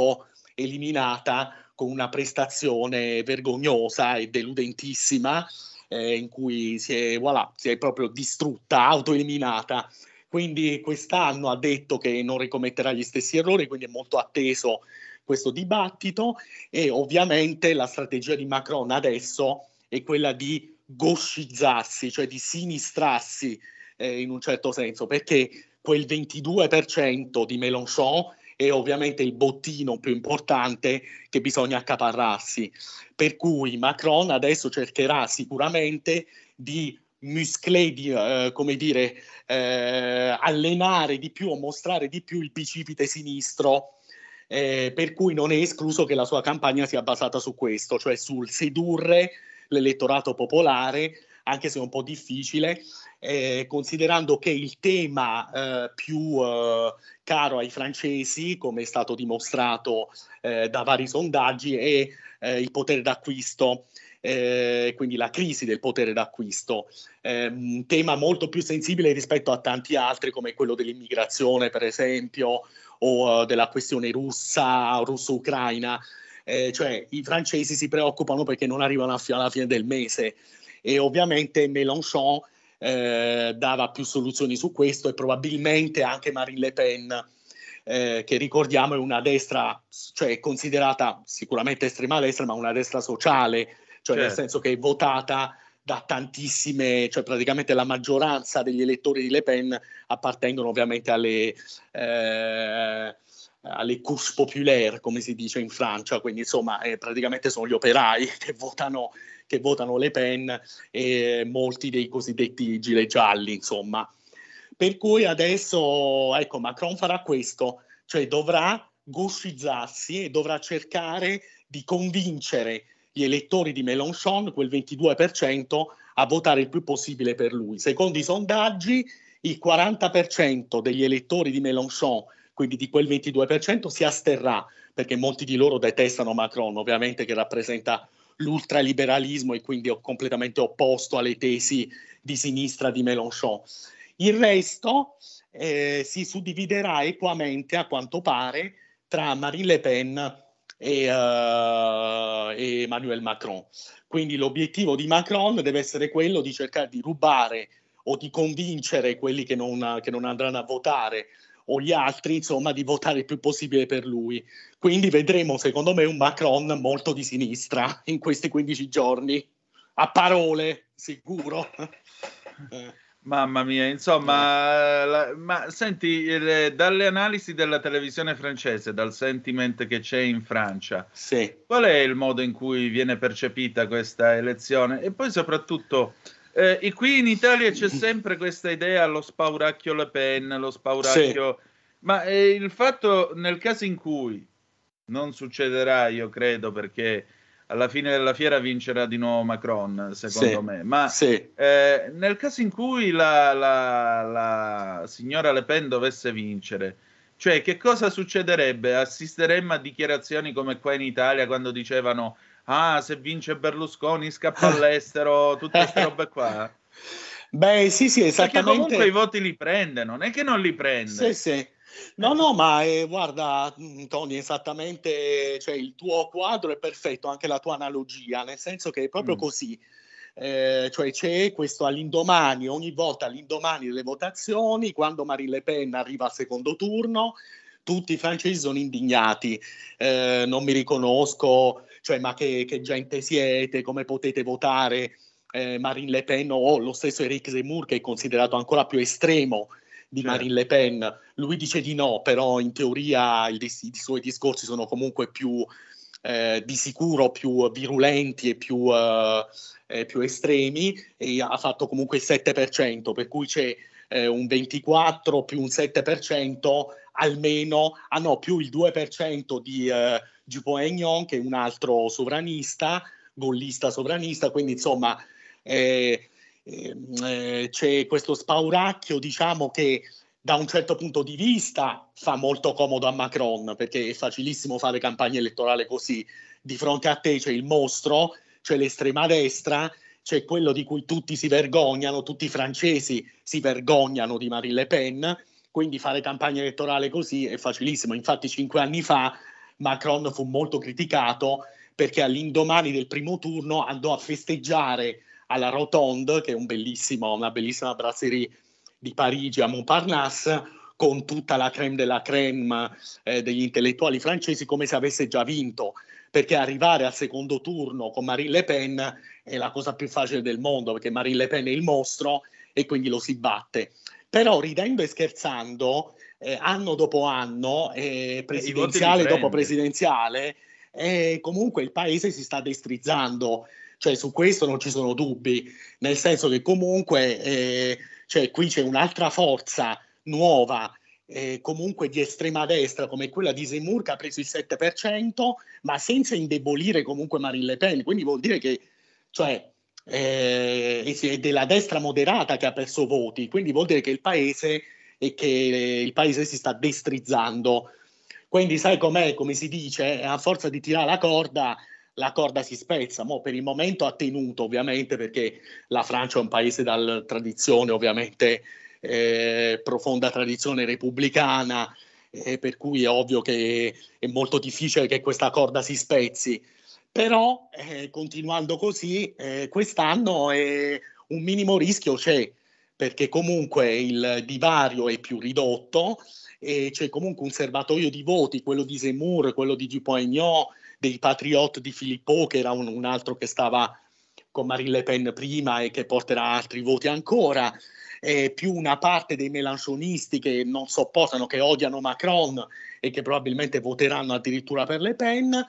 auto-eliminata con una prestazione vergognosa e deludentissima, eh, in cui si è, voilà, si è proprio distrutta, auto-eliminata. Quindi quest'anno ha detto che non ricommetterà gli stessi errori, quindi è molto atteso questo dibattito, e ovviamente la strategia di Macron adesso è quella di gauchizzarsi, cioè di sinistrarsi eh, in un certo senso, perché quel ventidue per cento di Mélenchon è ovviamente il bottino più importante che bisogna accaparrarsi, per cui Macron adesso cercherà sicuramente di musclare, di, eh, come dire, eh, allenare di più o mostrare di più il bicipite sinistro, eh, per cui non è escluso che la sua campagna sia basata su questo, cioè sul sedurre l'elettorato popolare anche se è un po' difficile, eh, considerando che il tema eh, più eh, caro ai francesi, come è stato dimostrato eh, da vari sondaggi, è eh, il potere d'acquisto. Eh, quindi la crisi del potere d'acquisto, eh, un tema molto più sensibile rispetto a tanti altri come quello dell'immigrazione per esempio o uh, della questione russa, russo-ucraina, eh, cioè i francesi si preoccupano perché non arrivano alla fine del mese e ovviamente Mélenchon eh, dava più soluzioni su questo e probabilmente anche Marine Le Pen, Eh, che ricordiamo è una destra, cioè considerata sicuramente estrema destra, ma una destra sociale, cioè certo. Nel senso che è votata da tantissime, cioè praticamente la maggioranza degli elettori di Le Pen appartengono ovviamente alle, eh, alle couches populaires, come si dice in Francia, quindi insomma eh, praticamente sono gli operai che votano, che votano Le Pen e molti dei cosiddetti gilet gialli, insomma. Per cui adesso, ecco, Macron farà questo, cioè dovrà gauchizzarsi e dovrà cercare di convincere gli elettori di Mélenchon, quel ventidue per cento, a votare il più possibile per lui. Secondo i sondaggi, il quaranta per cento degli elettori di Mélenchon, quindi di quel ventidue per cento, si asterrà, perché molti di loro detestano Macron, ovviamente che rappresenta l'ultraliberalismo e quindi è completamente opposto alle tesi di sinistra di Mélenchon. Il resto eh, si suddividerà equamente, a quanto pare, tra Marine Le Pen e, uh, e Emmanuel Macron. Quindi l'obiettivo di Macron deve essere quello di cercare di rubare o di convincere quelli che non, che non andranno a votare o gli altri, insomma, di votare il più possibile per lui. Quindi vedremo, secondo me, un Macron molto di sinistra in questi quindici giorni. A parole, sicuro. eh. Mamma mia, insomma, la, ma senti, eh, dalle analisi della televisione francese, dal sentiment che c'è in Francia, sì. Qual è il modo in cui viene percepita questa elezione? E poi soprattutto, eh, qui in Italia c'è sempre questa idea, lo spauracchio Le Pen, lo spauracchio... Sì. Ma eh, il fatto, nel caso in cui non succederà, io credo, perché... alla fine della fiera vincerà di nuovo Macron, secondo sì, me. Ma sì. eh, nel caso in cui la, la, la signora Le Pen dovesse vincere, cioè che cosa succederebbe? Assisteremmo a dichiarazioni come qua in Italia quando dicevano ah, se vince Berlusconi scappa all'estero, tutte queste robe qua? Beh, sì, sì, esattamente. Perché comunque i voti li prende, non è che non li prende. Sì, sì. No, no, ma eh, guarda, Tony, esattamente, cioè il tuo quadro è perfetto, anche la tua analogia, nel senso che è proprio mm. così, eh, cioè c'è questo all'indomani, ogni volta all'indomani delle votazioni, quando Marine Le Pen arriva al secondo turno, tutti i francesi sono indignati, eh, non mi riconosco, cioè ma che, che gente siete, come potete votare eh, Marine Le Pen o lo stesso Éric Zemmour che è considerato ancora più estremo di certo. Marine Le Pen, lui dice di no, però in teoria il, i, i suoi discorsi sono comunque più eh, di sicuro più virulenti e più, eh, eh, più estremi e ha fatto comunque il sette per cento, per cui c'è eh, un ventiquattro più un sette per cento almeno, ah no, più il due per cento di eh, Dupont-Aignan che è un altro sovranista, gollista sovranista, quindi insomma eh, Eh, c'è questo spauracchio, diciamo, che da un certo punto di vista fa molto comodo a Macron perché è facilissimo fare campagna elettorale così. Di fronte a te c'è il mostro, c'è l'estrema destra, c'è quello di cui tutti si vergognano, tutti i francesi si vergognano di Marine Le Pen, quindi fare campagna elettorale così è facilissimo. Infatti cinque anni fa Macron fu molto criticato perché all'indomani del primo turno andò a festeggiare alla Rotonde, che è un bellissimo, una bellissima brasserie di Parigi a Montparnasse, con tutta la crème della crème eh, degli intellettuali francesi, come se avesse già vinto, perché arrivare al secondo turno con Marine Le Pen è la cosa più facile del mondo, perché Marine Le Pen è il mostro e quindi lo si batte. Però ridendo e scherzando, eh, anno dopo anno, eh, presidenziale dopo presidenziale, eh, comunque il paese si sta destrizzando. Cioè su questo non ci sono dubbi, nel senso che comunque eh, cioè, qui c'è un'altra forza nuova, eh, comunque di estrema destra, come quella di Zemmour che ha preso il sette per cento, ma senza indebolire comunque Marine Le Pen. Quindi vuol dire che cioè, eh, e si- è della destra moderata che ha perso voti, quindi vuol dire che il paese, è che il paese si sta destrizzando. Quindi sai com'è, come si dice, a forza di tirare la corda, la corda si spezza. Mo per il momento ha tenuto, ovviamente, perché la Francia è un paese dalla tradizione, ovviamente, eh, profonda tradizione repubblicana, eh, per cui è ovvio che è molto difficile che questa corda si spezzi. Però, eh, continuando così, eh, quest'anno è un minimo rischio c'è, perché comunque il divario è più ridotto e c'è comunque un serbatoio di voti, quello di Zemmour, quello di Dupont-Aignan, dei Patriotes di Philippot, che era un, un altro che stava con Marine Le Pen prima e che porterà altri voti ancora, eh, più una parte dei melanchonisti che non sopportano, che odiano Macron e che probabilmente voteranno addirittura per Le Pen.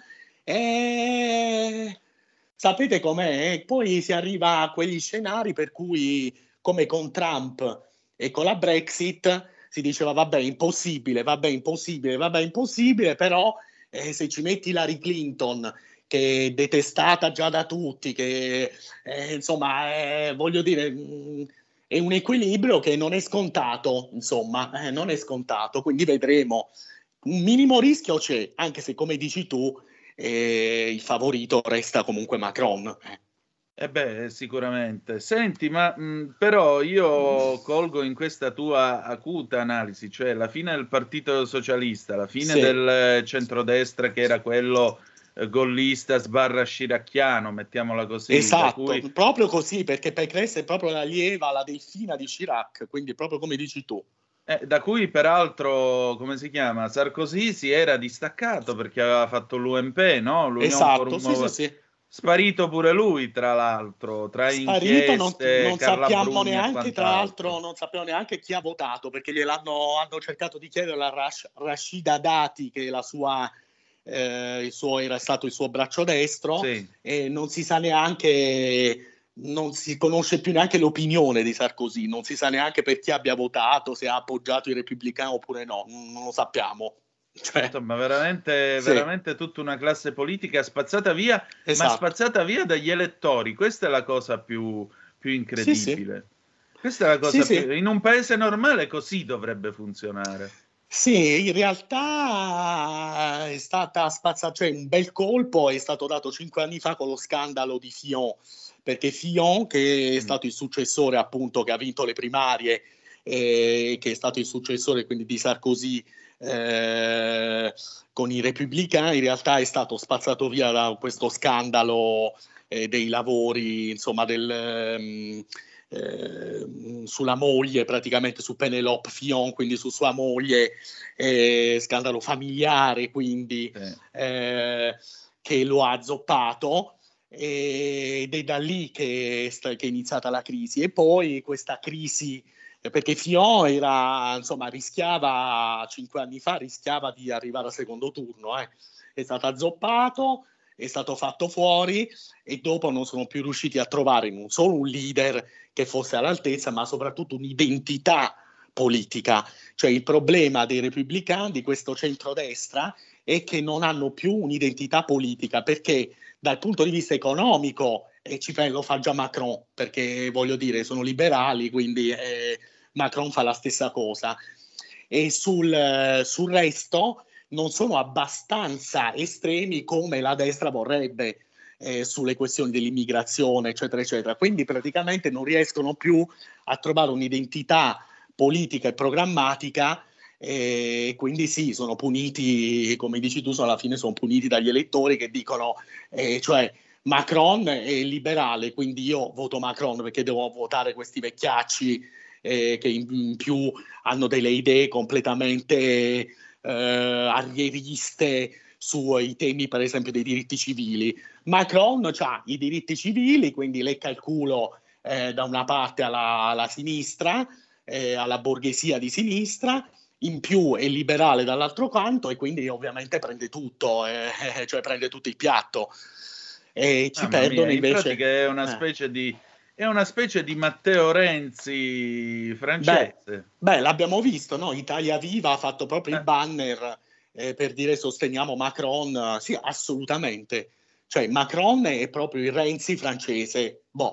E sapete com'è? E poi si arriva a quegli scenari per cui, come con Trump e con la Brexit, si diceva vabbè, impossibile, vabbè, impossibile, vabbè, impossibile, però eh, se ci metti Hillary Clinton, che è detestata già da tutti, che eh, insomma, eh, voglio dire, mh, è un equilibrio che non è scontato, insomma, eh, non è scontato, quindi vedremo. Un minimo rischio c'è, anche se come dici tu, eh, il favorito resta comunque Macron. Eh beh, sicuramente. Senti, ma mh, però io colgo in questa tua acuta analisi, cioè la fine del Partito Socialista, la fine Sì. del eh, centrodestra che era quello eh, gollista sbarra sciracchiano, mettiamola così, da Esatto, cui, proprio così, perché Pécresse è proprio la lieva, la delfina di Chirac, quindi proprio come dici tu. eh, da cui peraltro, come si chiama, Sarkozy si era distaccato perché aveva fatto l'U M P, no? L'Union Esatto, pour un sì, sì, Nouveau- sì. Sparito pure lui, tra l'altro, tra Sparito, non, inchieste, non Carla sappiamo Bruni e neanche, tra quant'altro. l'altro, non sappiamo neanche chi ha votato, perché gliel'hanno hanno cercato di chiedere a Rash- Rashida Dati, che è la sua, eh, il suo, era stato il suo braccio destro, Sì. e non si sa neanche, non si conosce più neanche l'opinione di Sarkozy, non si sa neanche per chi abbia votato, se ha appoggiato i repubblicani oppure no, non lo sappiamo. Cioè, Insomma, veramente, sì, veramente tutta una classe politica spazzata via, ma esatto. spazzata via dagli elettori. Questa è la cosa più, più Sì, sì. incredibile. Questa è la cosa Sì, sì. più... In un paese normale così dovrebbe funzionare. Sì, in realtà è stata spazzata, cioè un bel colpo è stato dato cinque anni fa con lo scandalo di Fillon, perché Fillon, che è stato il successore appunto, che ha vinto le primarie, eh, che è stato il successore quindi di Sarkozy eh, con i repubblicani, in realtà è stato spazzato via da questo scandalo eh, dei lavori, insomma, del... ehm, eh, sulla moglie, praticamente su Penelope Fillon, quindi su sua moglie, eh, scandalo familiare, quindi Sì. eh, che lo ha azzoppato, eh, ed è da lì che è, sta- che è iniziata la crisi. E poi questa crisi, eh, perché Fillon era, insomma, rischiava, cinque anni fa, rischiava di arrivare al secondo turno, eh. È stato azzoppato, è stato fatto fuori e dopo non sono più riusciti a trovare non solo un leader che fosse all'altezza, ma soprattutto un'identità politica. Cioè il problema dei repubblicani, di questo centrodestra, è che non hanno più un'identità politica, perché dal punto di vista economico, e ci fa- lo fa già Macron, perché voglio dire, sono liberali, quindi eh, Macron fa la stessa cosa. E sul, eh, sul resto non sono abbastanza estremi come la destra vorrebbe, eh, sulle questioni dell'immigrazione, eccetera, eccetera. Quindi praticamente non riescono più a trovare un'identità politica e programmatica, e quindi sì, sono puniti, come dici tu, alla fine sono puniti dagli elettori che dicono, eh, cioè Macron è liberale, quindi io voto Macron perché devo votare questi vecchiacci eh, che in, in più hanno delle idee completamente eh, arrieriste sui temi, per esempio, dei diritti civili. Macron ha i diritti civili, quindi lecca il culo eh, da una parte alla, alla sinistra, eh, alla borghesia di sinistra, in più è liberale dall'altro canto e quindi ovviamente prende tutto, eh, cioè prende tutto il piatto. E ci Mamma perdono mia, in invece... pratica è una eh. specie di è una specie di Matteo Renzi Beh, francese. beh, l'abbiamo visto, no? Italia Viva ha fatto proprio Eh. il banner eh, per dire sosteniamo Macron. Sì, assolutamente. Cioè Macron è proprio il Renzi francese. Boh,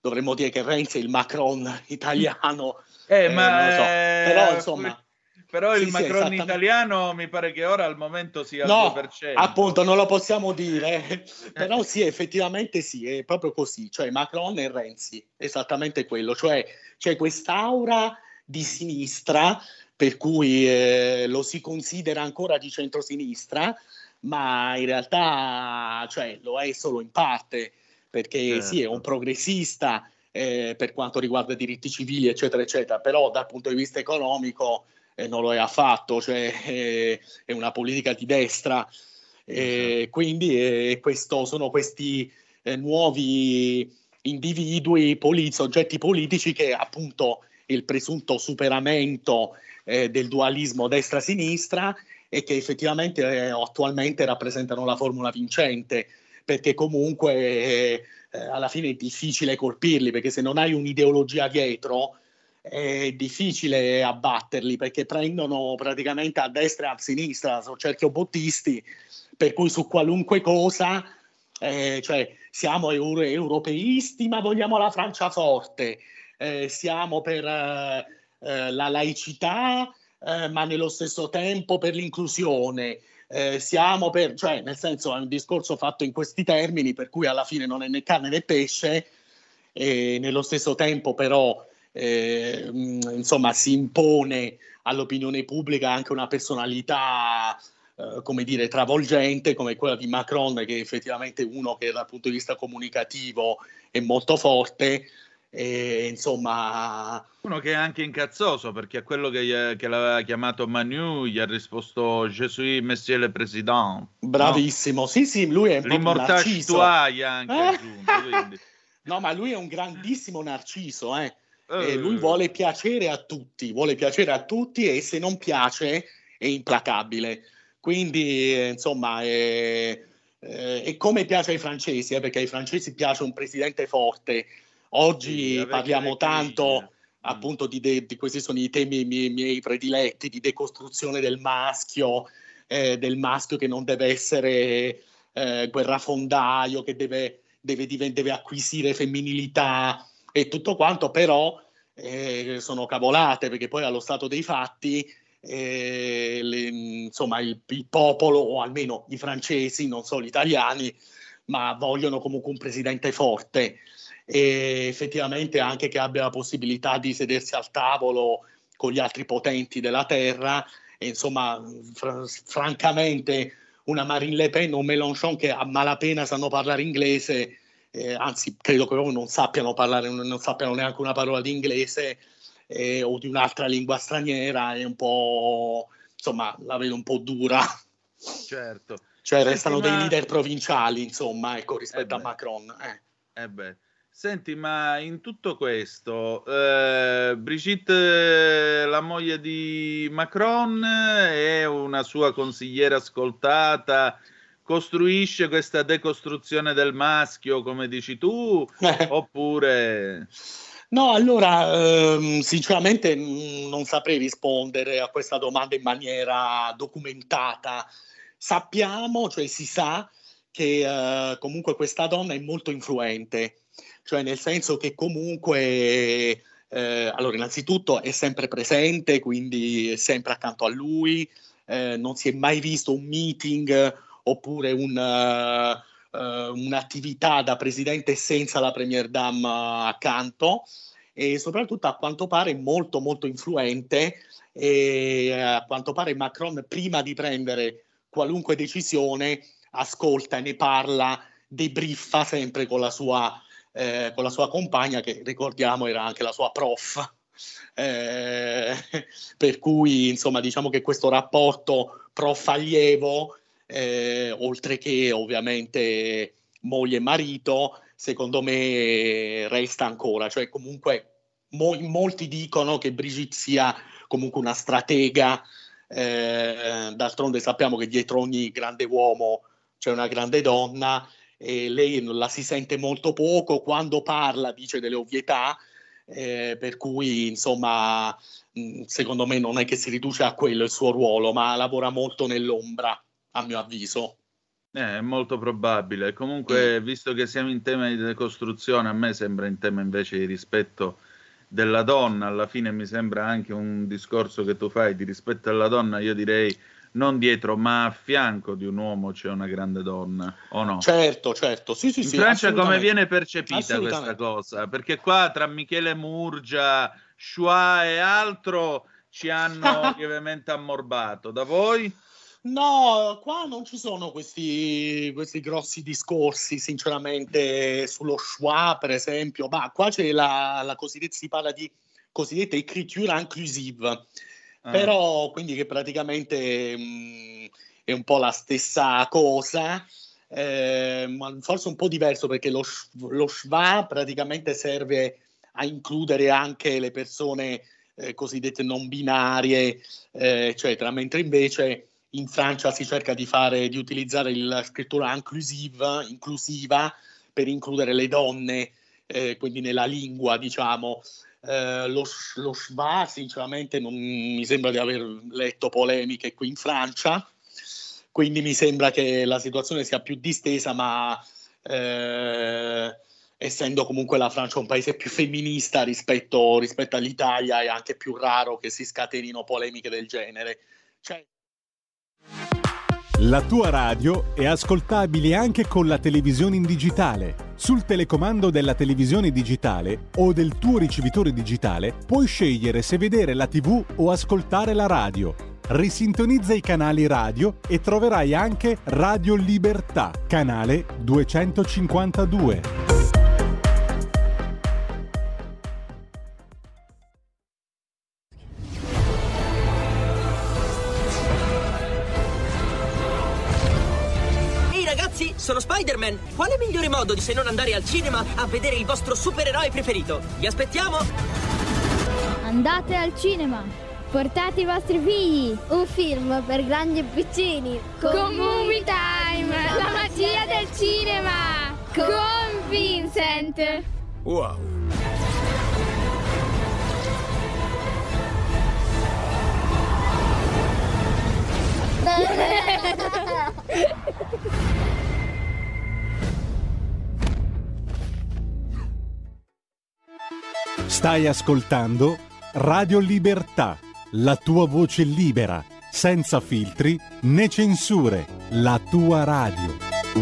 dovremmo dire che Renzi è il Macron italiano, Eh, eh, ma non lo so. Però eh, insomma, però sì, il sì, Macron esattamente. italiano mi pare che ora al momento sia al No, due per cento. appunto, non lo possiamo dire, però Eh, sì, effettivamente sì, è proprio così, cioè Macron e Renzi, esattamente quello, cioè c'è quest'aura di sinistra, per cui eh, lo si considera ancora di centrosinistra, ma in realtà cioè, lo è solo in parte, perché sì, è un certo. progressista eh, per quanto riguarda i diritti civili, eccetera, eccetera, però dal punto di vista economico eh, non lo è affatto, cioè eh, è una politica di destra, Esatto. eh, quindi eh, questo, sono questi eh, nuovi individui, poli- soggetti politici che appunto il presunto superamento eh, del dualismo destra-sinistra e che effettivamente eh, attualmente rappresentano la formula vincente, perché comunque eh, eh, alla fine è difficile colpirli, perché se non hai un'ideologia dietro è difficile abbatterli, perché prendono praticamente a destra e a sinistra, sono cerchiobottisti, per cui su qualunque cosa, eh, cioè siamo euro- europeisti ma vogliamo la Francia forte, eh, siamo per eh, eh, la laicità eh, ma nello stesso tempo per l'inclusione, eh, siamo per, cioè nel senso è un discorso fatto in questi termini per cui alla fine non è né carne né pesce e nello stesso tempo però eh, mh, insomma si impone all'opinione pubblica anche una personalità eh, come dire travolgente come quella di Macron, che è effettivamente uno che dal punto di vista comunicativo è molto forte e insomma Uno che è anche incazzoso perché a quello che, gli- che l'aveva chiamato Manu gli ha risposto Je suis monsieur le président, no? bravissimo, sì sì, lui è proprio un L'immortage narciso. toi gli ha anche aggiunto, quindi No, ma lui è un grandissimo narciso, eh. Eh, lui eh, vuole piacere a tutti, vuole piacere a tutti e se non piace è implacabile. Quindi, eh, insomma, è, eh, è come piace ai francesi, eh, perché ai francesi piace un presidente forte. sì, Oggi avec parliamo l'équilibre. tanto, Mm. appunto, di, de- di questi sono i temi miei, miei prediletti, di decostruzione del maschio, eh, del maschio che non deve essere eh, guerrafondaio, che deve deve, diven- deve acquisire femminilità e tutto quanto, però eh, sono cavolate perché poi allo stato dei fatti eh, le- insomma il, il popolo o almeno i francesi, non solo gli italiani, ma vogliono comunque un presidente forte e effettivamente anche che abbia la possibilità di sedersi al tavolo con gli altri potenti della terra e insomma fr- francamente una Marine Le Pen o un Mélenchon che a malapena sanno parlare inglese, eh, anzi credo che loro non sappiano parlare, non sappiano neanche una parola di inglese eh, o di un'altra lingua straniera, è un po', insomma, la vedo un po' dura. Certo. Cioè Senti, restano dei ma leader provinciali, insomma, ecco, eh rispetto a beh, Macron. Eh. eh beh. Senti, ma in tutto questo, eh, Brigitte, la moglie di Macron, è una sua consigliera ascoltata, costruisce questa decostruzione del maschio, come dici tu, oppure... No, allora, ehm, sinceramente mh, non saprei rispondere a questa domanda in maniera documentata. Sappiamo, cioè si sa che eh, comunque questa donna è molto influente, cioè nel senso che comunque, eh, allora innanzitutto è sempre presente, quindi è sempre accanto a lui, eh, non si è mai visto un meeting oppure un... eh, eh, un'attività da presidente senza la Premier Dame accanto e soprattutto a quanto pare molto molto influente e a quanto pare Macron prima di prendere qualunque decisione ascolta e ne parla, debriffa sempre con la sua, eh, con la sua compagna che ricordiamo era anche la sua prof. Eh, per cui insomma diciamo che questo rapporto prof-allievo eh, oltre che ovviamente moglie e marito, secondo me resta ancora, cioè comunque mo- molti dicono che Brigitte sia comunque una stratega, eh, d'altronde sappiamo che dietro ogni grande uomo c'è una grande donna e lei la si sente molto poco, quando parla dice delle ovvietà, eh, per cui insomma mh, secondo me non è che si riduce a quello il suo ruolo, ma lavora molto nell'ombra a mio avviso. Eh, è molto probabile. Comunque, visto che siamo in tema di decostruzione, a me sembra in tema invece di rispetto della donna. Alla fine mi sembra anche un discorso che tu fai di rispetto alla donna, io direi non dietro, ma a fianco di un uomo c'è una grande donna, o no? Certo, certo, sì, sì, In sì, Francia come assolutamente. viene percepita questa Assolutamente. cosa? Perché qua tra Michele Murgia, Chua e altro ci hanno lievemente ammorbato. Da voi? No, qua non ci sono questi, questi grossi discorsi, sinceramente, sullo schwa, per esempio. Ma qua c'è la, la cosiddetta, si parla di cosiddetta écriture inclusive, Ah, però quindi che praticamente mh, è un po' la stessa cosa, eh, ma forse un po' diverso perché lo, sh- lo schwa praticamente serve a includere anche le persone eh, cosiddette non binarie, eh, eccetera, mentre invece in Francia si cerca di fare, di utilizzare la scrittura inclusive, inclusiva per includere le donne, eh, quindi nella lingua, diciamo. Eh, lo, lo schwa, sinceramente, non mi sembra di aver letto polemiche qui in Francia, quindi mi sembra che la situazione sia più distesa, ma eh, essendo comunque la Francia un paese più femminista rispetto, rispetto all'Italia, è anche più raro che si scatenino polemiche del genere. Cioè, La tua radio è ascoltabile anche con la televisione in digitale. Sul telecomando della televisione digitale o del tuo ricevitore digitale puoi scegliere se vedere la tivù o ascoltare la radio. Risintonizza i canali radio e troverai anche Radio Libertà, canale duecentocinquantadue. Ragazzi, sono Spider-Man. Quale migliore modo di se non andare al cinema a vedere il vostro supereroe preferito? Vi aspettiamo! Andate al cinema. Portate i vostri figli. Un film per grandi e piccini. Con Movie Time, la magia del cinema. Con Vincent. Wow. Stai ascoltando Radio Libertà, la tua voce libera, senza filtri né censure, la tua radio.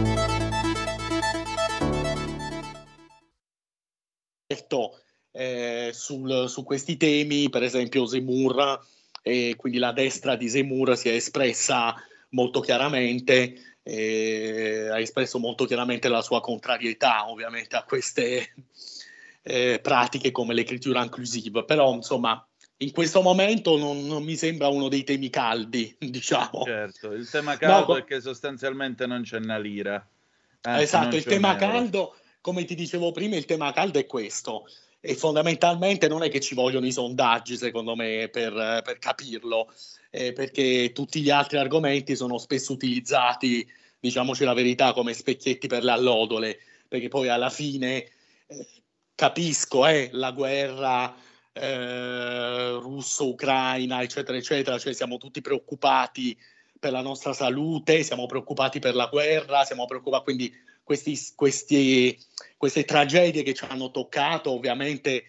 Eh, sul, su questi temi, per esempio Zemmour, e quindi la destra di Zemmour si è espressa molto chiaramente, eh, ha espresso molto chiaramente la sua contrarietà ovviamente a queste eh, pratiche come l'écriture inclusive, però insomma in questo momento non, non mi sembra uno dei temi caldi, diciamo. Certo, il tema caldo No, è che sostanzialmente non c'è una lira. Anzi, esatto, non il c'è tema un euro. caldo, come ti dicevo prima, il tema caldo è questo. E fondamentalmente non è che ci vogliono i sondaggi, secondo me, per, per capirlo, eh, perché tutti gli altri argomenti sono spesso utilizzati, diciamoci la verità, come specchietti per le allodole, perché poi alla fine eh, capisco eh, la guerra eh, russo-ucraina, eccetera, eccetera, cioè siamo tutti preoccupati per la nostra salute, siamo preoccupati per la guerra, siamo preoccupati, quindi questi, questi, queste tragedie che ci hanno toccato ovviamente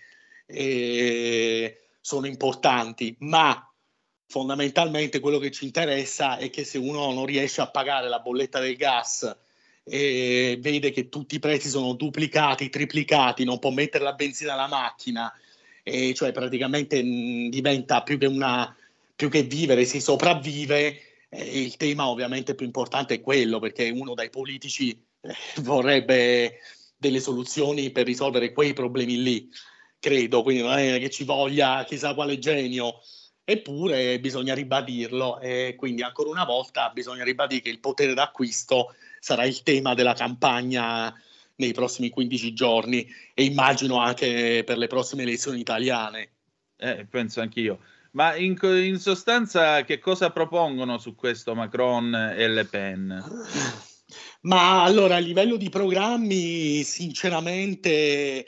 eh, sono importanti, ma fondamentalmente quello che ci interessa è che se uno non riesce a pagare la bolletta del gas e vede che tutti i prezzi sono duplicati, triplicati, non può mettere la benzina alla macchina, e cioè praticamente mh, diventa più che una più che vivere, si sopravvive. Eh, il tema ovviamente più importante è quello, perché uno dai politici eh, vorrebbe delle soluzioni per risolvere quei problemi lì, credo, quindi non è che ci voglia chissà quale genio, eppure bisogna ribadirlo, e quindi ancora una volta bisogna ribadire che il potere d'acquisto sarà il tema della campagna nei prossimi quindici giorni e immagino anche per le prossime elezioni italiane. Eh, penso anch'io. Ma in, in sostanza che cosa propongono su questo Macron e Le Pen? Ma allora a livello di programmi sinceramente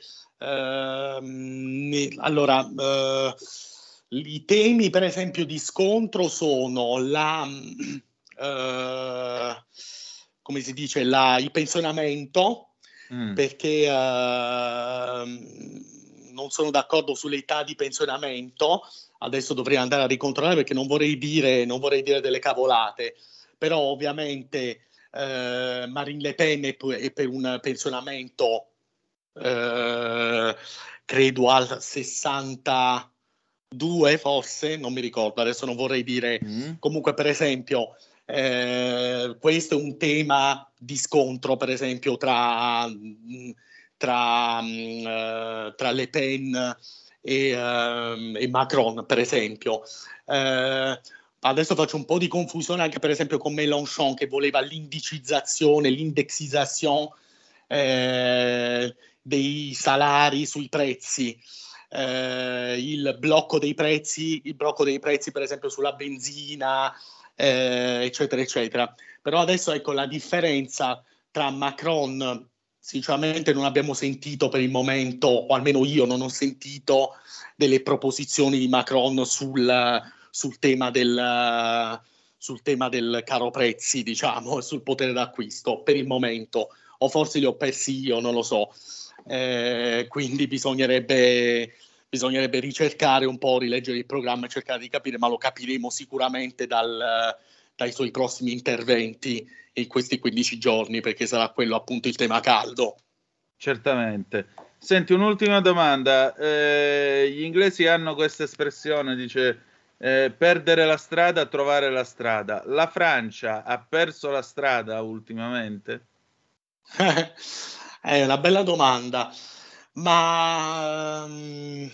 ehm, allora eh, i temi per esempio di scontro sono la eh, come si dice, la, il pensionamento, mm. perché uh, non sono d'accordo sull'età di pensionamento. Adesso dovrei andare a ricontrollare perché non vorrei dire, non vorrei dire delle cavolate, però ovviamente uh, Marine Le Pen è, è per un pensionamento uh, credo al sessantadue forse, non mi ricordo, adesso non vorrei dire, mm. comunque per esempio eh, questo è un tema di scontro per esempio tra, tra, uh, tra Le Pen e, uh, e Macron per esempio. Uh, adesso faccio un po' di confusione anche per esempio con Mélenchon che voleva l'indicizzazione, l'indexizzazione eh, dei salari sui prezzi. Eh, il blocco dei prezzi, il blocco dei prezzi per esempio sulla benzina, eh, eccetera, eccetera. Però adesso ecco la differenza tra Macron, sinceramente non abbiamo sentito per il momento, o almeno io non ho sentito delle proposizioni di Macron sul, sul tema del sul tema del caro prezzi, diciamo, sul potere d'acquisto per il momento, o forse li ho persi io, non lo so. Eh, quindi bisognerebbe, bisognerebbe ricercare un po', rileggere il programma e cercare di capire, ma lo capiremo sicuramente dal, dai suoi prossimi interventi in questi quindici giorni, perché sarà quello appunto il tema caldo. Certamente. Senti, un'ultima domanda. Eh, gli inglesi hanno questa espressione, dice eh, perdere la strada, trovare la strada. La Francia ha perso la strada ultimamente? È una bella domanda, ma um,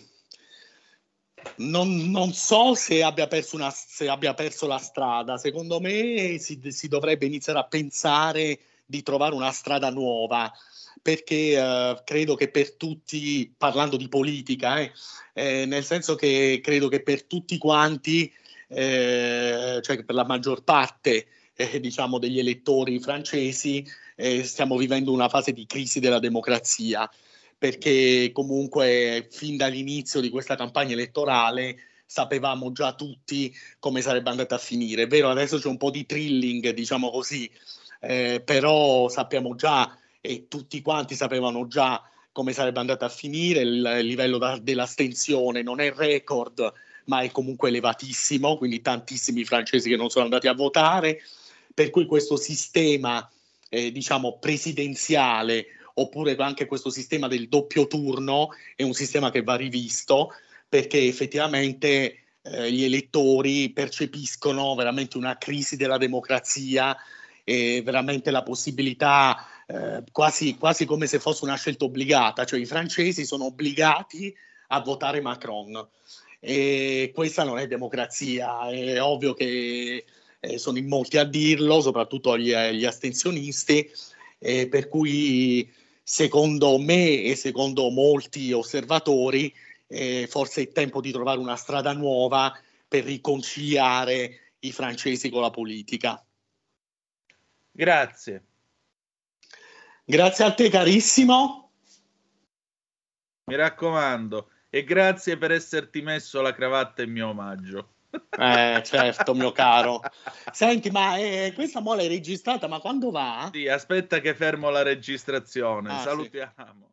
non, non so se abbia perso una, se abbia perso la strada. Secondo me si, si dovrebbe iniziare a pensare di trovare una strada nuova, perché uh, credo che per tutti, parlando di politica, eh, eh, nel senso che credo che per tutti quanti, eh, cioè per la maggior parte eh, diciamo degli elettori francesi, Eh, stiamo vivendo una fase di crisi della democrazia, perché comunque fin dall'inizio di questa campagna elettorale sapevamo già tutti come sarebbe andata a finire. È vero, adesso c'è un po' di thrilling, diciamo così, eh, però sappiamo già, e tutti quanti sapevano già come sarebbe andata a finire. Il, il livello da, dell'astensione non è record, ma è comunque elevatissimo, quindi tantissimi francesi che non sono andati a votare, per cui questo sistema Eh, diciamo presidenziale, oppure anche questo sistema del doppio turno è un sistema che va rivisto, perché effettivamente eh, gli elettori percepiscono veramente una crisi della democrazia e veramente la possibilità eh, quasi, quasi come se fosse una scelta obbligata, cioè i francesi sono obbligati a votare Macron e questa non è democrazia. È ovvio che Eh, sono in molti a dirlo, soprattutto gli, gli astensionisti, eh, per cui secondo me e secondo molti osservatori eh, forse è tempo di trovare una strada nuova per riconciliare i francesi con la politica. Grazie. Grazie a te carissimo. Mi raccomando, e grazie per esserti messo la cravatta in mio omaggio. Eh, certo, mio caro. Senti, ma eh, questa mola è registrata, ma quando va? Sì, aspetta che fermo la registrazione. Ah, salutiamo.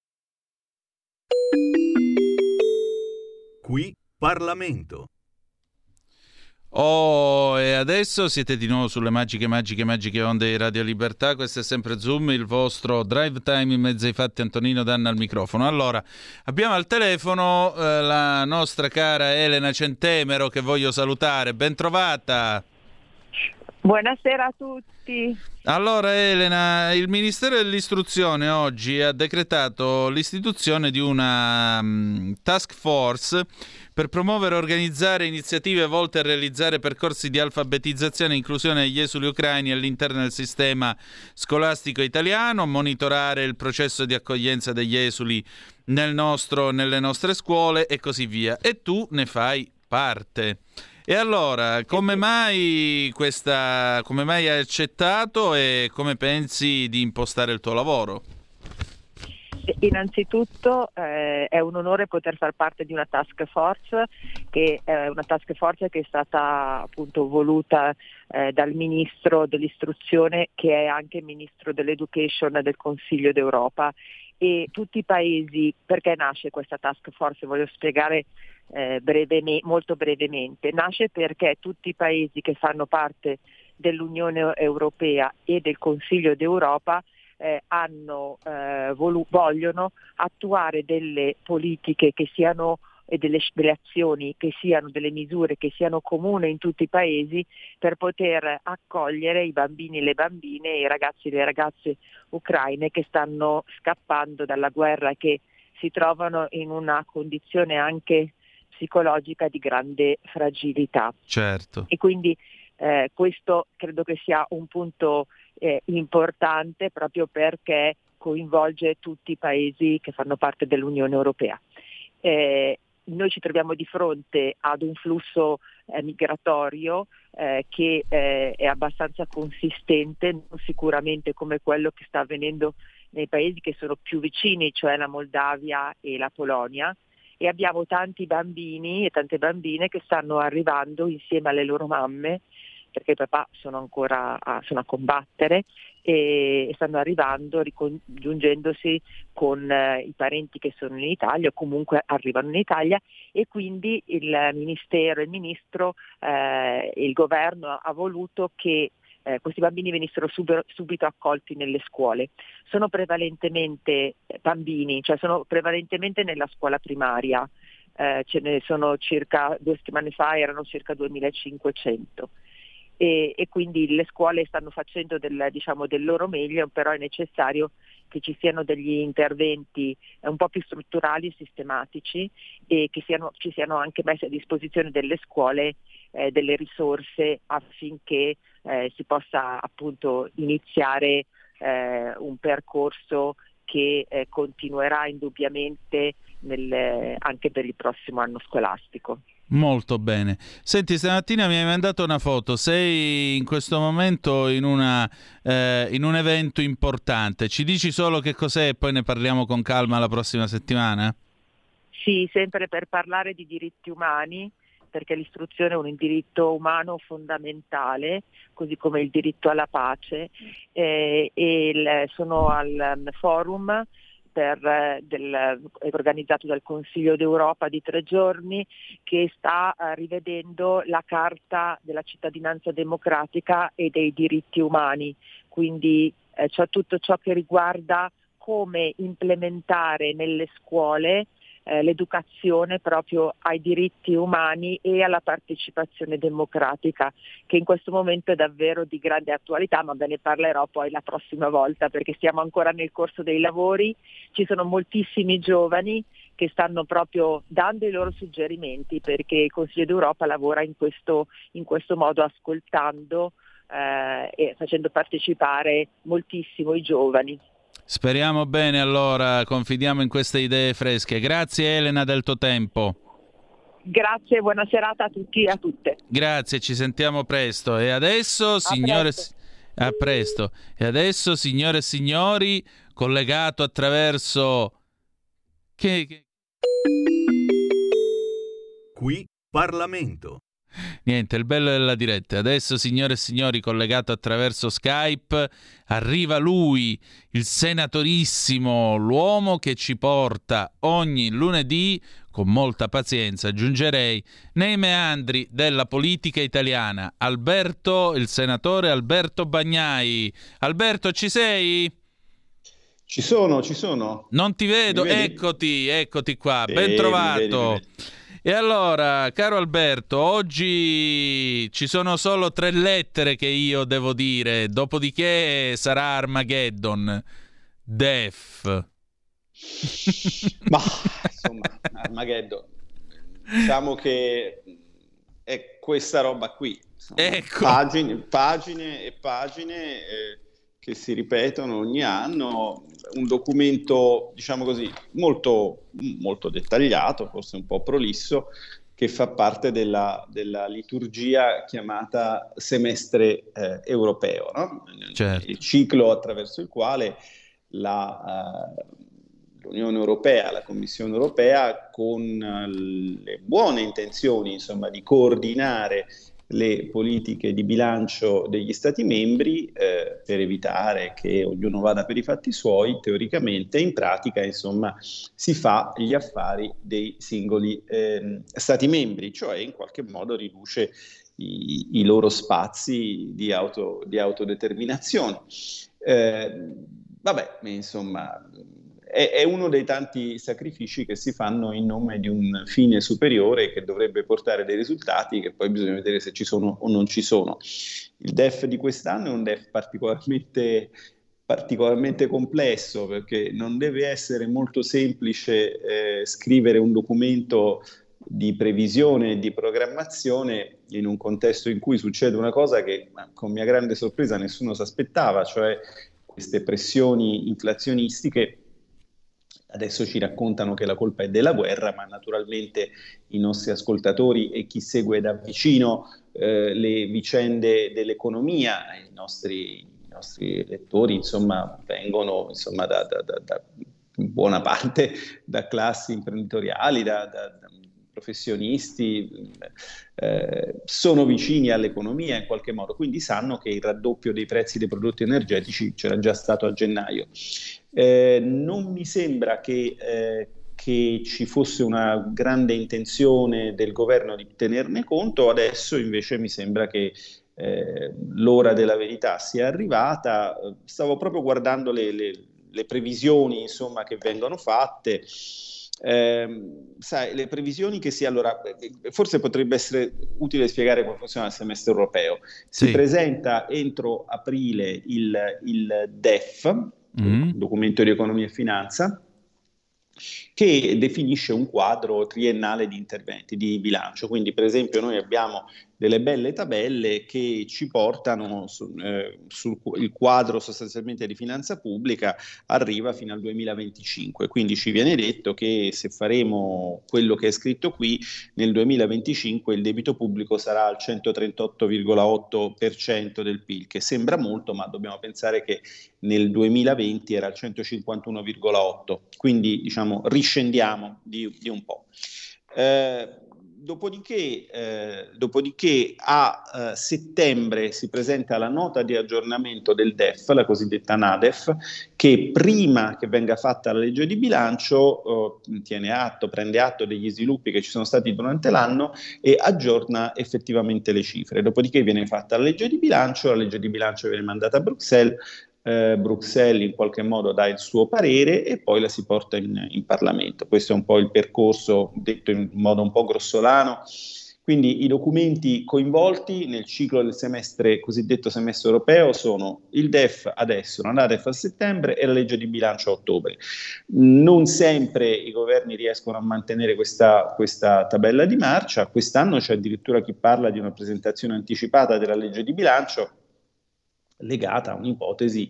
Sì. Qui Parlamento. Oh, e adesso siete di nuovo sulle magiche, magiche, magiche onde di Radio Libertà. Questo è sempre Zoom, il vostro drive time in mezzo ai fatti. Antonino Danna al microfono. Allora, abbiamo al telefono eh, la nostra cara Elena Centemero, che voglio salutare. Ben trovata. Buonasera a tutti. Allora Elena, il Ministero dell'Istruzione oggi ha decretato l'istituzione di una um, task force per promuovere e organizzare iniziative volte a realizzare percorsi di alfabetizzazione e inclusione degli esuli ucraini all'interno del sistema scolastico italiano, monitorare il processo di accoglienza degli esuli nel nostro, nelle nostre scuole e così via. E tu ne fai parte. E allora, come mai questa, come mai hai accettato e come pensi di impostare il tuo lavoro? Innanzitutto eh, è un onore poter far parte di una task force che è una task force che è stata appunto voluta eh, dal ministro dell'istruzione, che è anche ministro dell'education del Consiglio d'Europa, e tutti i paesi. Perché nasce questa task force? Voglio spiegare eh, breveme, molto brevemente. Nasce perché tutti i paesi che fanno parte dell'Unione Europea e del Consiglio d'Europa Eh, hanno, eh, volu- vogliono attuare delle politiche che siano e delle, delle azioni che siano, delle misure che siano comuni in tutti i paesi per poter accogliere i bambini e le bambine, i ragazzi e le ragazze ucraine che stanno scappando dalla guerra e che si trovano in una condizione anche psicologica di grande fragilità. Certo. E quindi eh, questo credo che sia un punto Eh, importante proprio perché coinvolge tutti i paesi che fanno parte dell'Unione Europea. Eh, noi ci troviamo di fronte ad un flusso eh, migratorio eh, che eh, è abbastanza consistente, non sicuramente come quello che sta avvenendo nei paesi che sono più vicini, cioè la Moldavia e la Polonia, e abbiamo tanti bambini e tante bambine che stanno arrivando insieme alle loro mamme, perché i papà sono ancora a, sono a combattere e stanno arrivando, ricongiungendosi con eh, i parenti che sono in Italia o comunque arrivano in Italia, e quindi il Ministero, il Ministro e eh, il Governo ha voluto che eh, questi bambini venissero subito, subito accolti nelle scuole. Sono prevalentemente bambini, cioè sono prevalentemente nella scuola primaria, eh, ce ne sono circa, due settimane fa erano circa duemilacinquecento. E, e quindi le scuole stanno facendo del, diciamo, del loro meglio, però è necessario che ci siano degli interventi un po' più strutturali e sistematici, e che siano, ci siano anche messe a disposizione delle scuole eh, delle risorse affinché eh, si possa appunto iniziare eh, un percorso che eh, continuerà indubbiamente nel, anche per il prossimo anno scolastico. Molto bene. Senti, stamattina mi hai mandato una foto, sei in questo momento in, una, eh, in un evento importante, ci dici solo che cos'è e poi ne parliamo con calma la prossima settimana? Sì, sempre per parlare di diritti umani, perché l'istruzione è un diritto umano fondamentale, così come il diritto alla pace, eh, e il, sono al um, forum Per, del, organizzato dal Consiglio d'Europa di tre giorni, che sta uh, rivedendo la Carta della cittadinanza democratica e dei diritti umani, quindi eh, c'è tutto ciò che riguarda come implementare nelle scuole eh, l'educazione proprio ai diritti umani e alla partecipazione democratica, che in questo momento è davvero di grande attualità, ma ve ne parlerò poi la prossima volta, perché siamo ancora nel corso dei lavori. Ci sono moltissimi giovani che stanno proprio dando i loro suggerimenti, perché il Consiglio d'Europa lavora in questo, in questo modo, ascoltando eh, e facendo partecipare moltissimo i giovani. Speriamo bene, allora, confidiamo in queste idee fresche. Grazie Elena del tuo tempo. Grazie, buona serata a tutti e a tutte. Grazie, ci sentiamo presto. E adesso, a signore, presto. a presto. E adesso, signore e signori, collegato attraverso che, che... Qui Parlamento. Niente, il bello della diretta. Adesso, signore e signori, collegato attraverso Skype, arriva lui, il senatorissimo, l'uomo che ci porta ogni lunedì, con molta pazienza aggiungerei, nei meandri della politica italiana. Alberto, il senatore Alberto Bagnai. Alberto, ci sei? Ci sono, ci sono. Non ti vedo, eccoti, eccoti qua, sì, ben trovato. Mi vedi, mi vedi. E allora, caro Alberto, oggi ci sono solo tre lettere che io devo dire, dopodiché sarà Armageddon. Def. Ma, insomma, Armageddon. Diciamo che è questa roba qui. Ecco. Pagine, pagine e pagine eh, che si ripetono ogni anno. Un documento, diciamo così, molto, molto dettagliato, forse un po' prolisso, che fa parte della, della liturgia chiamata semestre eh, europeo, no? Certo. Il ciclo attraverso il quale la, uh, l'Unione Europea, la Commissione Europea, con le buone intenzioni, insomma, di coordinare le politiche di bilancio degli Stati membri eh, per evitare che ognuno vada per i fatti suoi, teoricamente, in pratica, insomma, si fa gli affari dei singoli eh, Stati membri, cioè in qualche modo riduce i, i loro spazi di, auto, di autodeterminazione. Eh, vabbè, insomma, è, è uno dei tanti sacrifici che si fanno in nome di un fine superiore che dovrebbe portare dei risultati che poi bisogna vedere se ci sono o non ci sono. Il D E F di quest'anno è un D E F particolarmente, particolarmente complesso, perché non deve essere molto semplice eh, scrivere un documento di previsione e di programmazione in un contesto in cui succede una cosa che, con mia grande sorpresa, nessuno si aspettava, cioè queste pressioni inflazionistiche. Adesso ci raccontano che la colpa è della guerra, ma naturalmente i nostri ascoltatori e chi segue da vicino eh, le vicende dell'economia, i nostri, i nostri lettori, insomma, vengono insomma, da, da, da, da buona parte da classi imprenditoriali, da, da, da professionisti, eh, sono vicini all'economia in qualche modo, quindi sanno che il raddoppio dei prezzi dei prodotti energetici c'era già stato a gennaio. Eh, non mi sembra che, eh, che ci fosse una grande intenzione del governo di tenerne conto, adesso invece mi sembra che eh, l'ora della verità sia arrivata. Stavo proprio guardando le, le, le previsioni, insomma, che vengono fatte. Eh, sai, le previsioni che si allora forse potrebbe essere utile spiegare come funziona il semestre europeo. Si sì. presenta entro aprile il, il D E F, mm. documento di economia e finanza, che definisce un quadro triennale di interventi di bilancio. Quindi, per esempio, noi abbiamo delle belle tabelle che ci portano su, eh, sul il quadro sostanzialmente di finanza pubblica arriva fino al duemilaventicinque, quindi ci viene detto che se faremo quello che è scritto qui, nel duemilaventicinque il debito pubblico sarà al centotrentotto virgola otto per cento del P I L, che sembra molto, ma dobbiamo pensare che nel duemilaventi era al centocinquantuno virgola otto, quindi diciamo riscendiamo di, di un po'. Eh, Dopodiché, eh, dopodiché a eh, settembre si presenta la nota di aggiornamento del D E F, la cosiddetta NADEF, che prima che venga fatta la legge di bilancio eh, tiene atto, prende atto degli sviluppi che ci sono stati durante l'anno e aggiorna effettivamente le cifre. Dopodiché viene fatta la legge di bilancio, la legge di bilancio viene mandata a Bruxelles, Eh, Bruxelles in qualche modo dà il suo parere e poi la si porta in, in Parlamento. Questo è un po' il percorso detto in modo un po' grossolano. Quindi i documenti coinvolti nel ciclo del semestre, cosiddetto semestre europeo, sono il D E F adesso, la NADEF a settembre e la legge di bilancio a ottobre. Non sempre i governi riescono a mantenere questa, questa tabella di marcia. Quest'anno c'è addirittura chi parla di una presentazione anticipata della legge di bilancio legata a un'ipotesi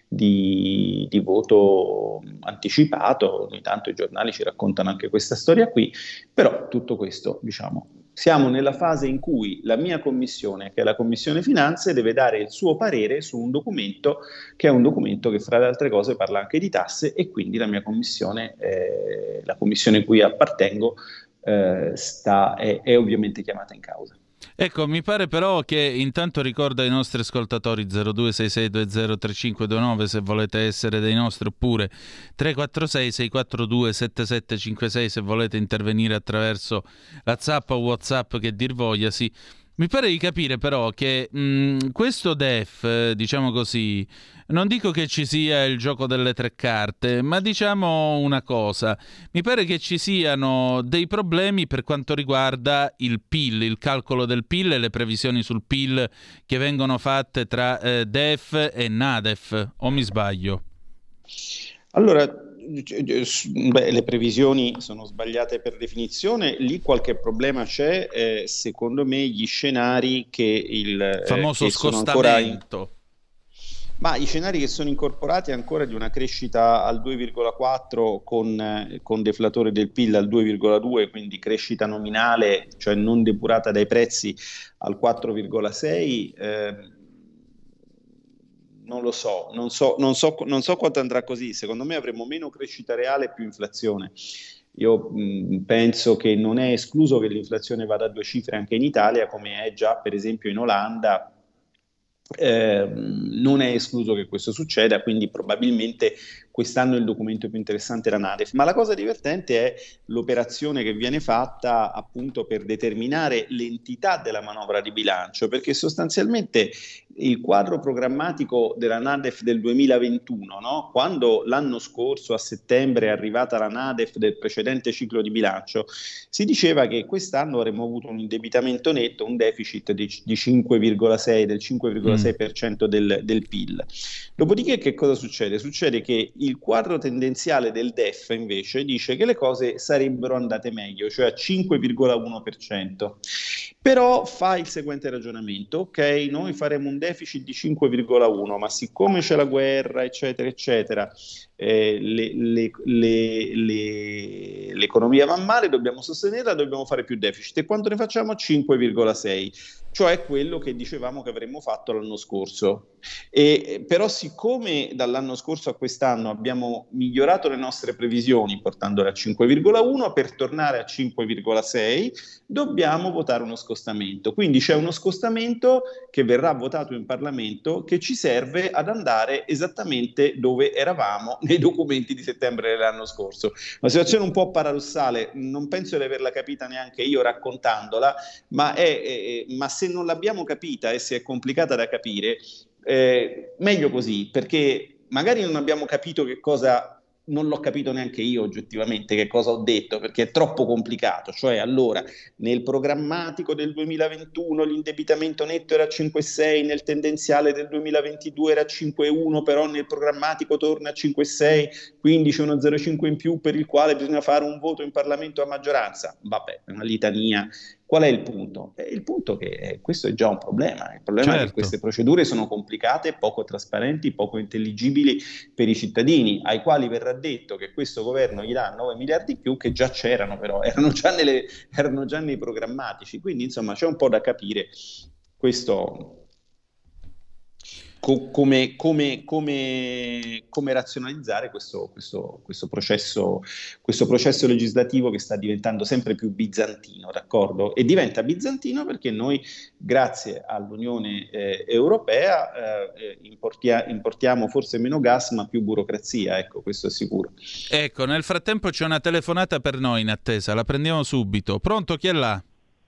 di, di voto anticipato. Ogni tanto i giornali ci raccontano anche questa storia qui, però tutto questo, diciamo, siamo nella fase in cui la mia commissione, che è la Commissione Finanze, deve dare il suo parere su un documento che è un documento che, fra le altre cose, parla anche di tasse, e quindi la mia commissione, eh, la commissione cui appartengo, eh, sta, è, è ovviamente chiamata in causa. Ecco, mi pare però che intanto ricorda ai nostri ascoltatori zero due sei sei due zero tre cinque due nove se volete essere dei nostri, oppure tre quattro sei sei quattro due sette sette cinque sei se volete intervenire attraverso la Zap o WhatsApp, che dir vogliasi. Mi pare di capire però che mh, questo D E F, diciamo così, non dico che ci sia il gioco delle tre carte, ma diciamo una cosa, mi pare che ci siano dei problemi per quanto riguarda il P I L, il calcolo del P I L e le previsioni sul P I L che vengono fatte tra eh, D E F e NADEF, o mi sbaglio? Allora, beh, le previsioni sono sbagliate per definizione, lì qualche problema c'è, eh, secondo me gli scenari che il famoso eh, che scostamento. In... Ma i scenari che sono incorporati ancora di una crescita al due virgola quattro con, eh, con deflatore del P I L al due virgola due, quindi crescita nominale, cioè non depurata dai prezzi, al quattro virgola sei, eh, non lo so, non so, non so, non so quanto andrà così. Secondo me avremo meno crescita reale e più inflazione. Io mh, penso che non è escluso che l'inflazione vada a due cifre anche in Italia, come è già per esempio in Olanda. Eh, non è escluso che questo succeda, quindi probabilmente quest'anno il documento più interessante è la NADEF, ma la cosa divertente è l'operazione che viene fatta appunto per determinare l'entità della manovra di bilancio, perché sostanzialmente il quadro programmatico della NADEF del duemilaventuno, no? Quando l'anno scorso a settembre è arrivata la NADEF del precedente ciclo di bilancio, si diceva che quest'anno avremmo avuto un indebitamento netto, un deficit di, di cinque virgola sei, del cinque virgola sei per cento del, del P I L. Dopodiché che cosa succede? Succede che il quadro tendenziale del D E F invece dice che le cose sarebbero andate meglio, cioè a cinque virgola uno per cento. Però fa il seguente ragionamento: ok, noi faremo un deficit di cinque virgola uno, ma siccome c'è la guerra, eccetera, eccetera, eh, le, le, le, le, l'economia va male, dobbiamo sostenerla, dobbiamo fare più deficit. E quanto ne facciamo? cinque virgola sei, cioè quello che dicevamo che avremmo fatto l'anno scorso. E, però siccome dall'anno scorso a quest'anno abbiamo migliorato le nostre previsioni portandole a cinque virgola uno, per tornare a cinque virgola sei dobbiamo votare uno scostamento. Quindi c'è uno scostamento che verrà votato in Parlamento che ci serve ad andare esattamente dove eravamo nei documenti di settembre dell'anno scorso. Una situazione un po' paradossale, non penso di averla capita neanche io raccontandola, ma, è, è, ma se non l'abbiamo capita e se è complicata da capire, eh, meglio così, perché magari non abbiamo capito che cosa, non l'ho capito neanche io oggettivamente che cosa ho detto, perché è troppo complicato. Cioè, allora, nel programmatico del duemilaventuno l'indebitamento netto era cinque virgola sei, nel tendenziale del duemilaventidue era cinque virgola uno, però nel programmatico torna a cinque virgola sei, quindi c'è uno zero virgola cinque in più per il quale bisogna fare un voto in Parlamento a maggioranza. Vabbè, è una litania. Qual è il punto? Eh, il punto è che eh, questo è già un problema. Il problema certo. è che queste procedure sono complicate, poco trasparenti, poco intelligibili per i cittadini, ai quali verrà detto che questo governo gli dà nove miliardi in più, che già c'erano, però erano già, nelle, erano già nei programmatici. Quindi insomma c'è un po' da capire questo. Co- come, come, come, come razionalizzare questo, questo, questo, processo, questo processo legislativo che sta diventando sempre più bizantino, d'accordo? E diventa bizantino perché noi, grazie all'Unione eh, Europea, eh, importia- importiamo forse meno gas ma più burocrazia, ecco, questo è sicuro. Ecco, nel frattempo c'è una telefonata per noi in attesa, la prendiamo subito. Pronto, chi è là?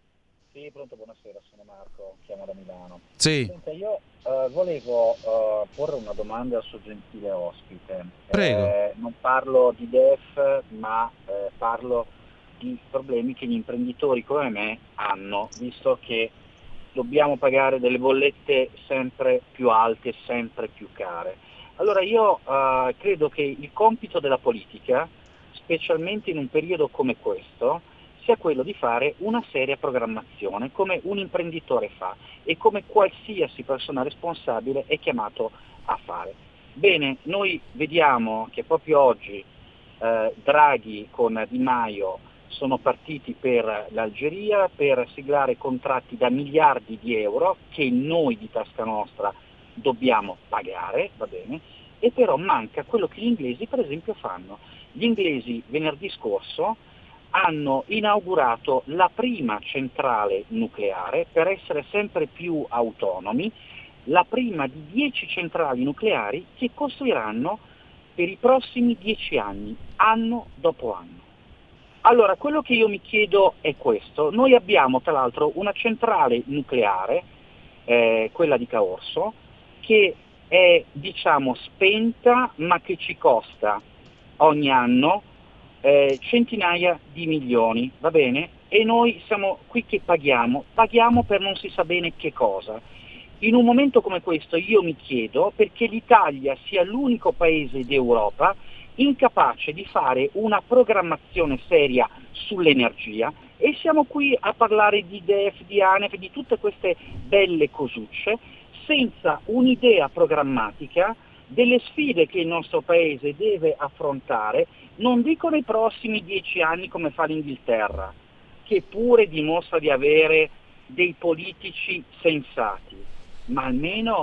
Sì, pronto, buonasera, sono Marco, chiamo da Milano. Sì. Senta, io Uh, volevo uh, porre una domanda al suo gentile ospite. Prego. Eh, non parlo di D E F, ma eh, parlo di problemi che gli imprenditori come me hanno, visto che dobbiamo pagare delle bollette sempre più alte, sempre più care. Allora io uh, credo che il compito della politica, specialmente in un periodo come questo, sia quello di fare una seria programmazione, come un imprenditore fa e come qualsiasi persona responsabile è chiamato a fare. Bene, noi vediamo che proprio oggi eh, Draghi con Di Maio sono partiti per l'Algeria per siglare contratti da miliardi di euro che noi di tasca nostra dobbiamo pagare, va bene, e però manca quello che gli inglesi per esempio fanno. Gli inglesi venerdì scorso hanno inaugurato la prima centrale nucleare per essere sempre più autonomi, la prima di dieci centrali nucleari che costruiranno per i prossimi dieci anni, anno dopo anno. Allora, quello che io mi chiedo è questo. Noi abbiamo tra l'altro una centrale nucleare, eh, quella di Caorso, che è diciamo spenta ma che ci costa ogni anno Eh, centinaia di milioni, va bene? E noi siamo qui che paghiamo, paghiamo per non si sa bene che cosa. In un momento come questo io mi chiedo perché l'Italia sia l'unico paese d'Europa incapace di fare una programmazione seria sull'energia e siamo qui a parlare di D E F, di ANEF, di tutte queste belle cosucce senza un'idea programmatica delle sfide che il nostro paese deve affrontare, non dico nei prossimi dieci anni come fa l'Inghilterra, che pure dimostra di avere dei politici sensati, ma almeno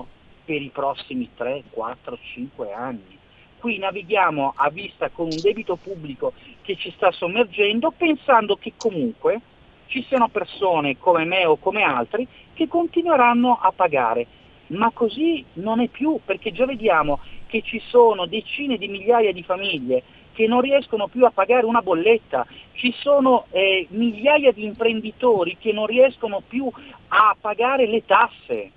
per i prossimi tre, quattro, cinque anni. Qui navighiamo a vista con un debito pubblico che ci sta sommergendo, pensando che comunque ci siano persone come me o come altri che continueranno a pagare. Ma così non è più, perché già vediamo che ci sono decine di migliaia di famiglie che non riescono più a pagare una bolletta, ci sono eh, migliaia di imprenditori che non riescono più a pagare le tasse.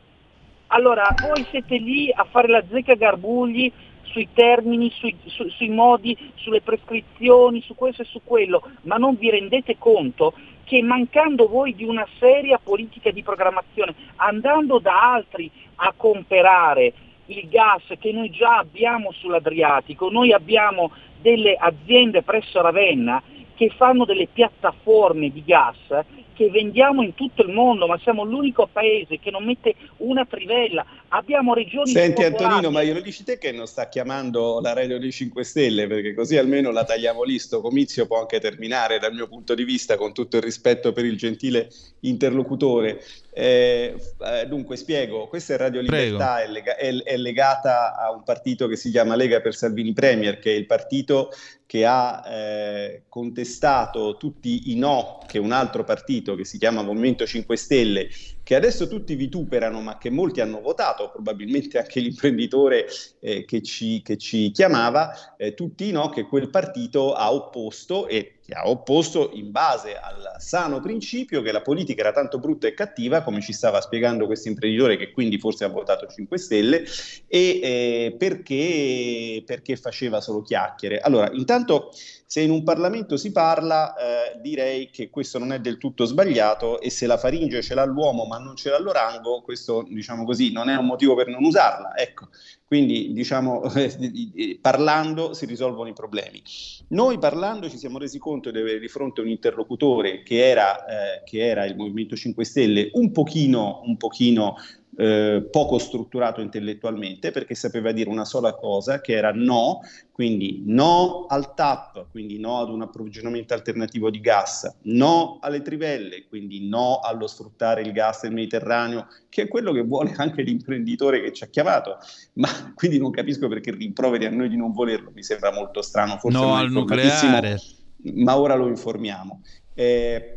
Allora voi siete lì a fare la zecca garbugli sui termini, sui, su, sui modi, sulle prescrizioni, su questo e su quello, ma non vi rendete conto che mancando voi di una seria politica di programmazione, andando da altri a comprare il gas che noi già abbiamo sull'Adriatico, noi abbiamo delle aziende presso Ravenna che fanno delle piattaforme di gas che vendiamo in tutto il mondo, ma siamo l'unico paese che non mette una trivella. Abbiamo regioni Senti spopolate. Antonino, ma glielo dici te che non sta chiamando la radio dei cinque Stelle, perché così almeno la tagliamo lì, sto comizio può anche terminare dal mio punto di vista, con tutto il rispetto per il gentile interlocutore. Eh, eh, dunque spiego, questa è Radio Libertà, è, lega- è, è legata a un partito che si chiama Lega per Salvini Premier, che è il partito che ha eh, contestato tutti i no che un altro partito che si chiama Movimento cinque Stelle, che adesso tutti vituperano ma che molti hanno votato, probabilmente anche l'imprenditore eh, che, ci, che ci chiamava, eh, tutti i no che quel partito ha opposto, e che ha opposto in base al sano principio che la politica era tanto brutta e cattiva, come ci stava spiegando questo imprenditore che quindi forse ha votato cinque Stelle, e eh, perché, perché faceva solo chiacchiere. Allora, intanto se in un Parlamento si parla, eh, direi che questo non è del tutto sbagliato, e se la faringe ce l'ha l'uomo ma non ce l'ha l'orango, questo, diciamo così, non è un motivo per non usarla. Ecco, quindi diciamo eh, parlando si risolvono i problemi. Noi parlando ci siamo resi conto di avere di fronte un interlocutore che era, eh, che era il Movimento cinque Stelle un pochino, un pochino Eh, poco strutturato intellettualmente, perché sapeva dire una sola cosa, che era no, quindi no al T A P, quindi no ad un approvvigionamento alternativo di gas, no alle trivelle, quindi no allo sfruttare il gas del Mediterraneo, che è quello che vuole anche l'imprenditore che ci ha chiamato, ma quindi non capisco perché rimproveri a noi di non volerlo, mi sembra molto strano, forse no non è al nucleare, ma ora lo informiamo. Eh,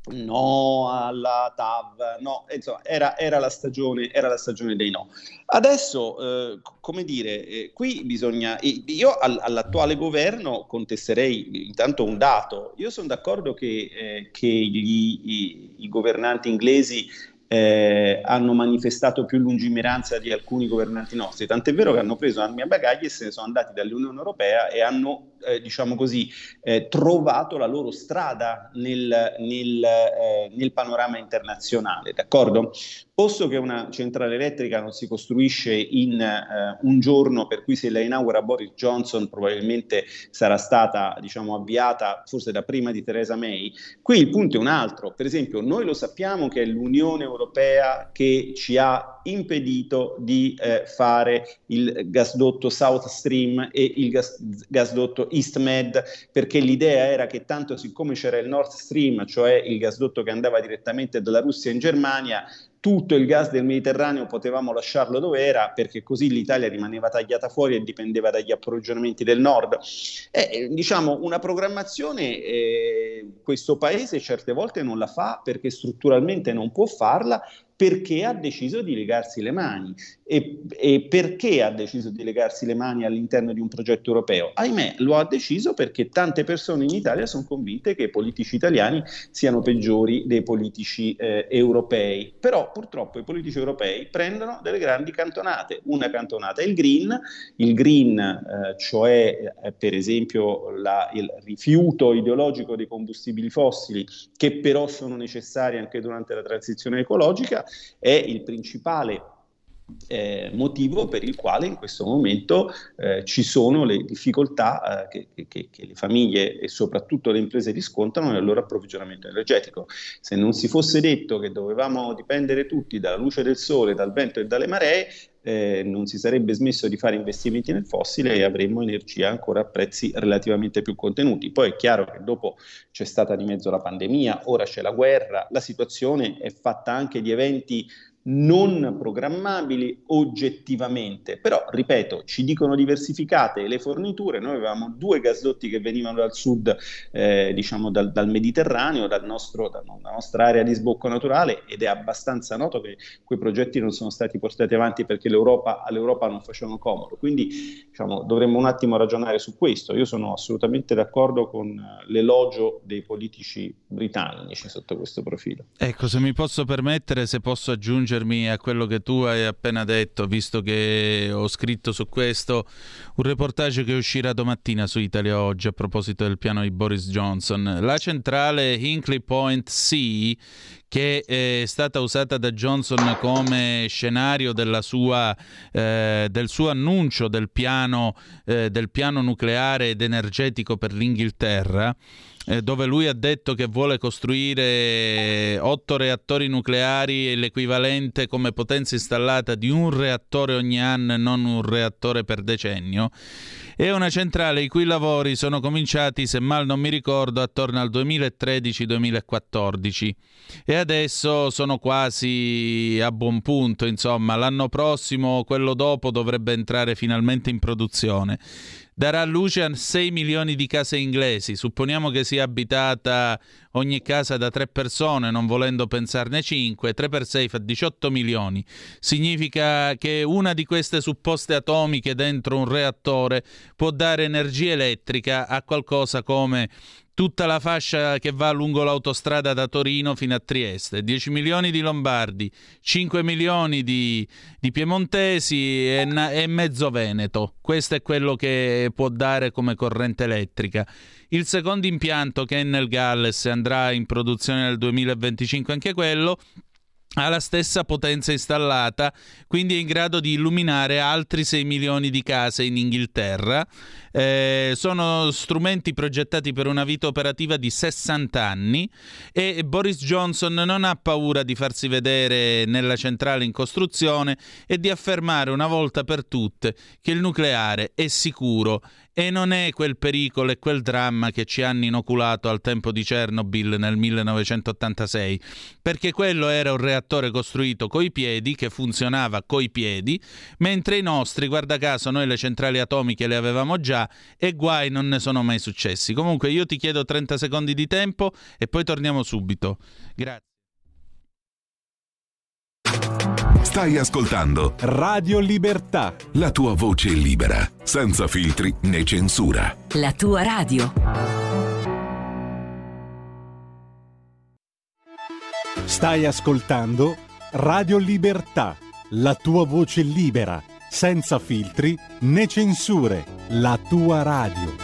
no alla T A V, no, insomma era, era, la stagione, era la stagione dei no. Adesso, eh, come dire, eh, qui bisogna, io all, all'attuale governo contesterei intanto un dato. Io sono d'accordo che, eh, che gli, i, i governanti inglesi Eh, hanno manifestato più lungimiranza di alcuni governanti nostri, tant'è vero che hanno preso armi a bagagli e se ne sono andati dall'Unione Europea e hanno, eh, diciamo così, eh, trovato la loro strada nel, nel, eh, nel panorama internazionale, d'accordo? Posto che una centrale elettrica non si costruisce in eh, un giorno, per cui se la inaugura Boris Johnson probabilmente sarà stata, diciamo, avviata forse da prima di Theresa May, qui il punto è un altro. Per esempio, noi lo sappiamo che è l'Unione Europea che ci ha impedito di eh, fare il gasdotto South Stream e il gas, gasdotto EastMed, perché l'idea era che tanto siccome c'era il Nord Stream, cioè il gasdotto che andava direttamente dalla Russia in Germania, tutto il gas del Mediterraneo potevamo lasciarlo dove era, perché così l'Italia rimaneva tagliata fuori e dipendeva dagli approvvigionamenti del nord. Eh, diciamo, una programmazione eh, questo paese certe volte non la fa perché strutturalmente non può farla, perché ha deciso di legarsi le mani. E, e perché ha deciso di legarsi le mani all'interno di un progetto europeo? Ahimè, lo ha deciso perché tante persone in Italia sono convinte che i politici italiani siano peggiori dei politici eh, europei. Però purtroppo i politici europei prendono delle grandi cantonate. Una cantonata è il green, il green eh, cioè eh, per esempio la, il rifiuto ideologico dei combustibili fossili, che però sono necessari anche durante la transizione ecologica, è il principale Eh, motivo per il quale in questo momento eh, ci sono le difficoltà eh, che, che, che le famiglie e soprattutto le imprese riscontrano nel loro approvvigionamento energetico. Se non si fosse detto che dovevamo dipendere tutti dalla luce del sole, dal vento e dalle maree, eh, non si sarebbe smesso di fare investimenti nel fossile e avremmo energia ancora a prezzi relativamente più contenuti. Poi è chiaro che dopo c'è stata di mezzo la pandemia, ora c'è la guerra, la situazione è fatta anche di eventi non programmabili oggettivamente, però ripeto, ci dicono diversificate le forniture. Noi avevamo due gasdotti che venivano dal sud, eh, diciamo dal, dal Mediterraneo, dal nostro, dalla nostra area di sbocco naturale, ed è abbastanza noto che quei progetti non sono stati portati avanti perché l'Europa, all'Europa non facevano comodo, quindi diciamo, dovremmo un attimo ragionare su questo. Io sono assolutamente d'accordo con l'elogio dei politici britannici sotto questo profilo. Ecco, se mi posso permettere, se posso aggiungere a quello che tu hai appena detto, visto che ho scritto su questo un reportage che uscirà domattina su Italia Oggi a proposito del piano di Boris Johnson. La centrale Hinkley Point C, che è stata usata da Johnson come scenario della sua, eh, del suo annuncio del piano, eh, del piano nucleare ed energetico per l'Inghilterra, eh, dove lui ha detto che vuole costruire otto reattori nucleari, l'equivalente come potenza installata di un reattore ogni anno e non un reattore per decennio. È una centrale i cui lavori sono cominciati, se mal non mi ricordo, attorno al duemilatredici duemilaquattordici e adesso sono quasi a buon punto. Insomma, l'anno prossimo, quello dopo, dovrebbe entrare finalmente in produzione. Darà luce a sei milioni di case inglesi. Supponiamo che sia abitata ogni casa da tre persone, non volendo pensarne cinque. tre per sei fa diciotto milioni. Significa che una di queste supposte atomiche dentro un reattore può dare energia elettrica a qualcosa come tutta la fascia che va lungo l'autostrada da Torino fino a Trieste. dieci milioni di lombardi, cinque milioni di, di piemontesi e, e mezzo veneto. Questo è quello che può dare come corrente elettrica. Il secondo impianto, che è nel Galles, andrà in produzione nel duemilaventicinque anche quello, ha la stessa potenza installata, quindi è in grado di illuminare altri sei milioni di case in Inghilterra. Eh, sono strumenti progettati per una vita operativa di sessanta anni e Boris Johnson non ha paura di farsi vedere nella centrale in costruzione e di affermare una volta per tutte che il nucleare è sicuro e non è quel pericolo e quel dramma che ci hanno inoculato al tempo di Chernobyl nel millenovecentottantasei, perché quello era un reattore costruito coi piedi, che funzionava coi piedi, mentre i nostri, guarda caso, noi le centrali atomiche le avevamo già e guai non ne sono mai successi. Comunque io ti chiedo trenta secondi di tempo e poi torniamo subito. Grazie. Stai ascoltando Radio Libertà, la tua voce libera, senza filtri né censura. La tua radio. Stai ascoltando Radio Libertà, la tua voce libera, senza filtri né censure. La tua radio.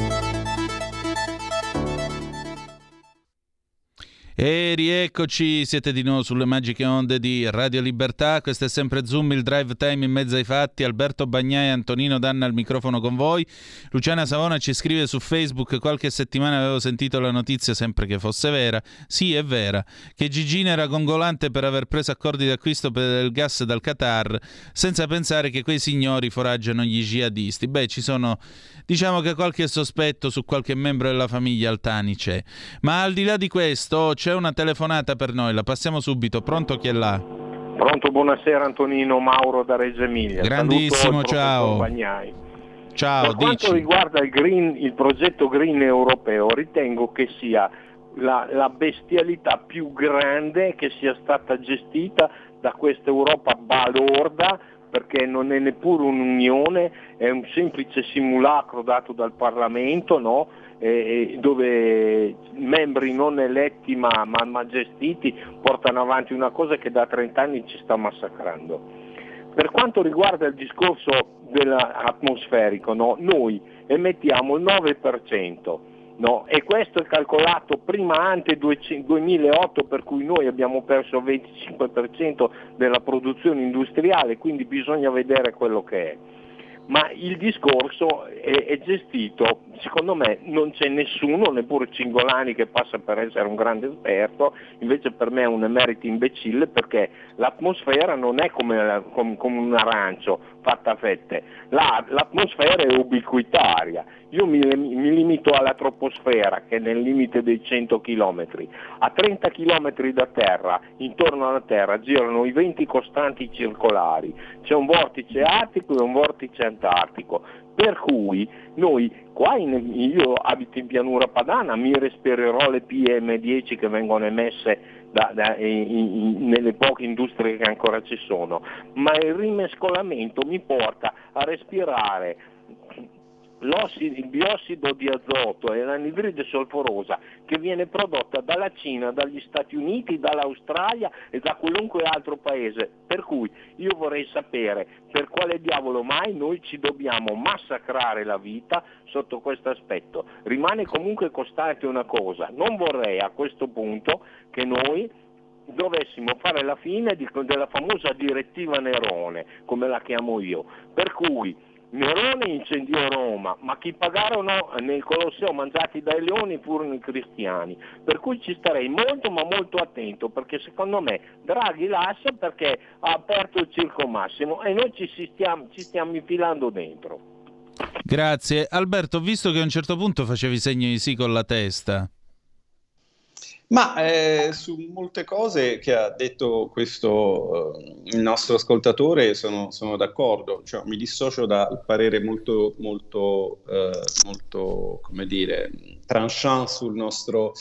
E rieccoci, siete di nuovo sulle magiche onde di Radio Libertà. Questo è sempre Zoom, il drive time in mezzo ai fatti. Alberto Bagnai e Antonino Danna al microfono con voi. Luciana Savona ci scrive su Facebook: qualche settimana avevo sentito la notizia, sempre che fosse vera, sì è vera, che Gigina era gongolante per aver preso accordi di acquisto per il gas dal Qatar, senza pensare che quei signori foraggiano gli jihadisti. Beh, ci sono, diciamo che qualche sospetto su qualche membro della famiglia Altani c'è. Ma al di là di questo c'è una telefonata per noi, la passiamo subito. Pronto, chi è là? Pronto, buonasera Antonino, Mauro da Reggio Emilia. Grandissimo, il ciao. Bagnai. Ciao, per quanto dici. riguarda il, green, il progetto Green europeo, ritengo che sia la, la bestialità più grande che sia stata gestita da questa Europa balorda, perché non è neppure un'unione, è un semplice simulacro dato dal Parlamento, no? Eh, dove membri non eletti ma, ma, ma gestiti portano avanti una cosa che da trenta anni ci sta massacrando. Per quanto riguarda il discorso dell'atmosferico, no? Noi emettiamo il nove per cento, no? E questo è calcolato prima ante duemilaotto, per cui noi abbiamo perso il venticinque per cento della produzione industriale, quindi bisogna vedere quello che è. ma il discorso è, è gestito, secondo me non c'è nessuno, neppure Cingolani che passa per essere un grande esperto, invece per me è un emerito imbecille, perché l'atmosfera non è come, la, come, come un arancio fatta a fette, la, l'atmosfera è ubiquitaria. Io mi, mi limito alla troposfera, che è nel limite dei cento chilometri. A trenta chilometri da terra, intorno alla Terra, girano i venti costanti circolari. C'è un vortice artico e un vortice antartico. Per cui noi, qua in, io abito in pianura padana, mi respirerò le P M dieci che vengono emesse da, da, in, in, nelle poche industrie che ancora ci sono, ma il rimescolamento mi porta a respirare l'ossido, il biossido di azoto e l'anidride solforosa che viene prodotta dalla Cina, dagli Stati Uniti, dall'Australia e da qualunque altro paese. Per cui io vorrei sapere per quale diavolo mai noi ci dobbiamo massacrare la vita sotto questo aspetto. Rimane comunque costante una cosa: non vorrei a questo punto che noi dovessimo fare la fine di, della famosa direttiva Nerone, come la chiamo io, per cui Nerone incendiò Roma, ma chi pagarono nel Colosseo mangiati dai leoni furono i cristiani, per cui ci starei molto ma molto attento, perché secondo me Draghi lascia perché ha aperto il circo massimo e noi ci stiamo, ci stiamo infilando dentro. Grazie. Alberto, visto che a un certo punto facevi segno di sì con la testa. Ma eh, su molte cose che ha detto questo eh, il nostro ascoltatore sono, sono d'accordo, cioè, mi dissocio dal parere molto, molto, eh, molto, come dire, tranchant sul nostro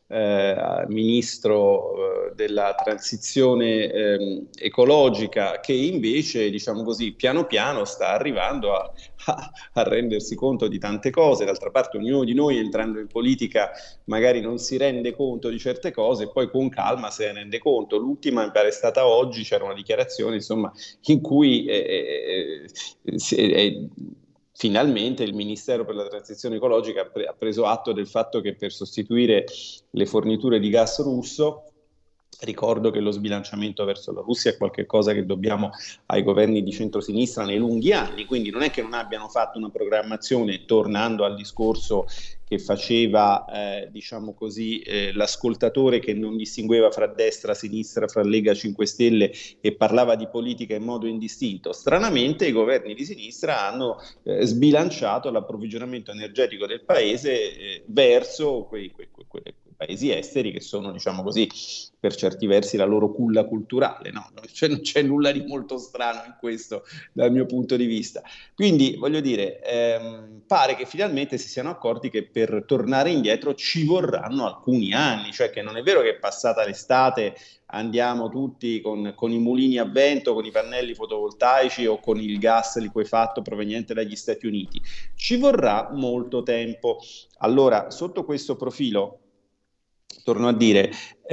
eh, ministro eh, della transizione eh, ecologica, che invece, diciamo così, piano piano sta arrivando a, a, a rendersi conto di tante cose. D'altra parte ognuno di noi, entrando in politica, magari non si rende conto di certe cose e poi con calma se ne rende conto. L'ultima mi pare è stata oggi, c'era una dichiarazione insomma in cui eh, eh, eh, finalmente il Ministero per la Transizione Ecologica ha, pre- ha preso atto del fatto che per sostituire le forniture di gas russo, ricordo che lo sbilanciamento verso la Russia è qualcosa che dobbiamo ai governi di centrosinistra nei lunghi anni, quindi non è che non abbiano fatto una programmazione, tornando al discorso che faceva eh, diciamo così eh, l'ascoltatore che non distingueva fra destra, sinistra, fra Lega, cinque Stelle e parlava di politica in modo indistinto. Stranamente i governi di sinistra hanno eh, sbilanciato l'approvvigionamento energetico del paese eh, verso quei, quei, quei, quei paesi esteri che sono, diciamo così, per certi versi la loro culla culturale, no? Cioè, non c'è nulla di molto strano in questo dal mio punto di vista. Quindi voglio dire, ehm, pare che finalmente si siano accorti che per tornare indietro ci vorranno alcuni anni, cioè che non è vero che è passata l'estate andiamo tutti con, con i mulini a vento, con i pannelli fotovoltaici o con il gas liquefatto proveniente dagli Stati Uniti. Ci vorrà molto tempo. Allora, sotto questo profilo, torno a dire,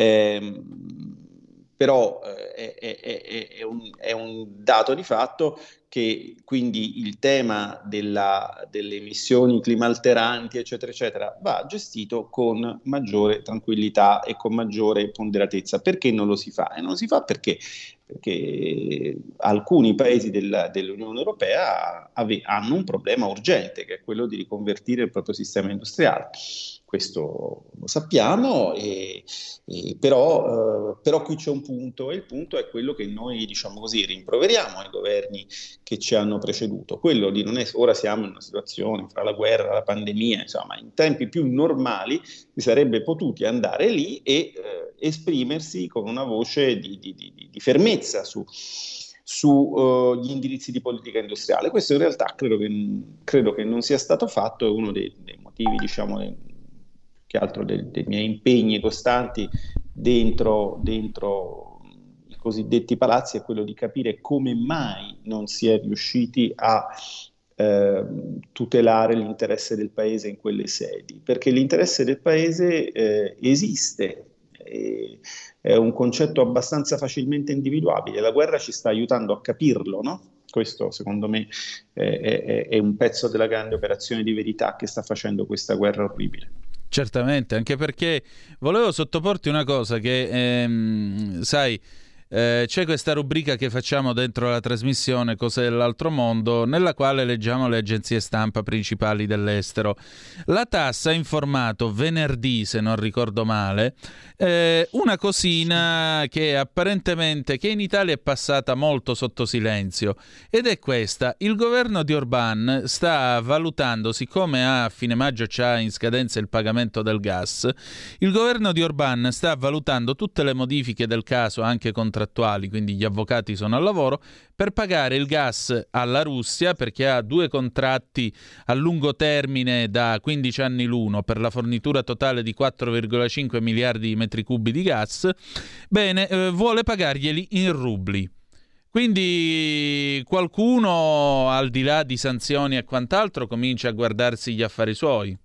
ehm, però eh, è, è, è, un, è un dato di fatto che quindi il tema della, delle emissioni climalteranti, eccetera, eccetera, va gestito con maggiore tranquillità e con maggiore ponderatezza. Perché non lo si fa? E non lo si fa perché, perché alcuni paesi della, dell'Unione Europea ave, hanno un problema urgente, che è quello di riconvertire il proprio sistema industriale. Questo lo sappiamo, e, e però, eh, però qui c'è un punto, e il punto è quello che noi, diciamo così, rimproveriamo ai governi che ci hanno preceduto, quello di non essere, ora siamo in una situazione fra la guerra, la pandemia, insomma, in tempi più normali si sarebbe potuti andare lì e eh, esprimersi con una voce di, di, di, di fermezza su sugli uh, indirizzi di politica industriale. Questo in realtà credo che, credo che non sia stato fatto, è uno dei, dei motivi, diciamo, dei, che altro dei, dei miei impegni costanti dentro, dentro i cosiddetti palazzi, è quello di capire come mai non si è riusciti a eh, tutelare l'interesse del paese in quelle sedi, perché l'interesse del paese eh, esiste, e, è un concetto abbastanza facilmente individuabile. La guerra ci sta aiutando a capirlo, no? Questo secondo me è, è, è un pezzo della grande operazione di verità che sta facendo questa guerra orribile. Certamente, anche perché volevo sottoporti una cosa che, ehm, sai, Eh, c'è questa rubrica che facciamo dentro la trasmissione Cose dell'altro mondo, nella quale leggiamo le agenzie stampa principali dell'estero. La TASS ha informato venerdì, se non ricordo male, eh, una cosina che apparentemente che in Italia è passata molto sotto silenzio, ed è questa: il governo di Orbán sta valutando, siccome a fine maggio c'ha in scadenza il pagamento del gas, il governo di Orbán sta valutando tutte le modifiche del caso, anche contrattuali, quindi gli avvocati sono al lavoro, per pagare il gas alla Russia, perché ha due contratti a lungo termine da quindici anni l'uno per la fornitura totale di quattro virgola cinque miliardi di metri cubi di gas. Bene, eh, vuole pagarglieli in rubli. Quindi qualcuno, al di là di sanzioni e quant'altro, comincia a guardarsi gli affari suoi.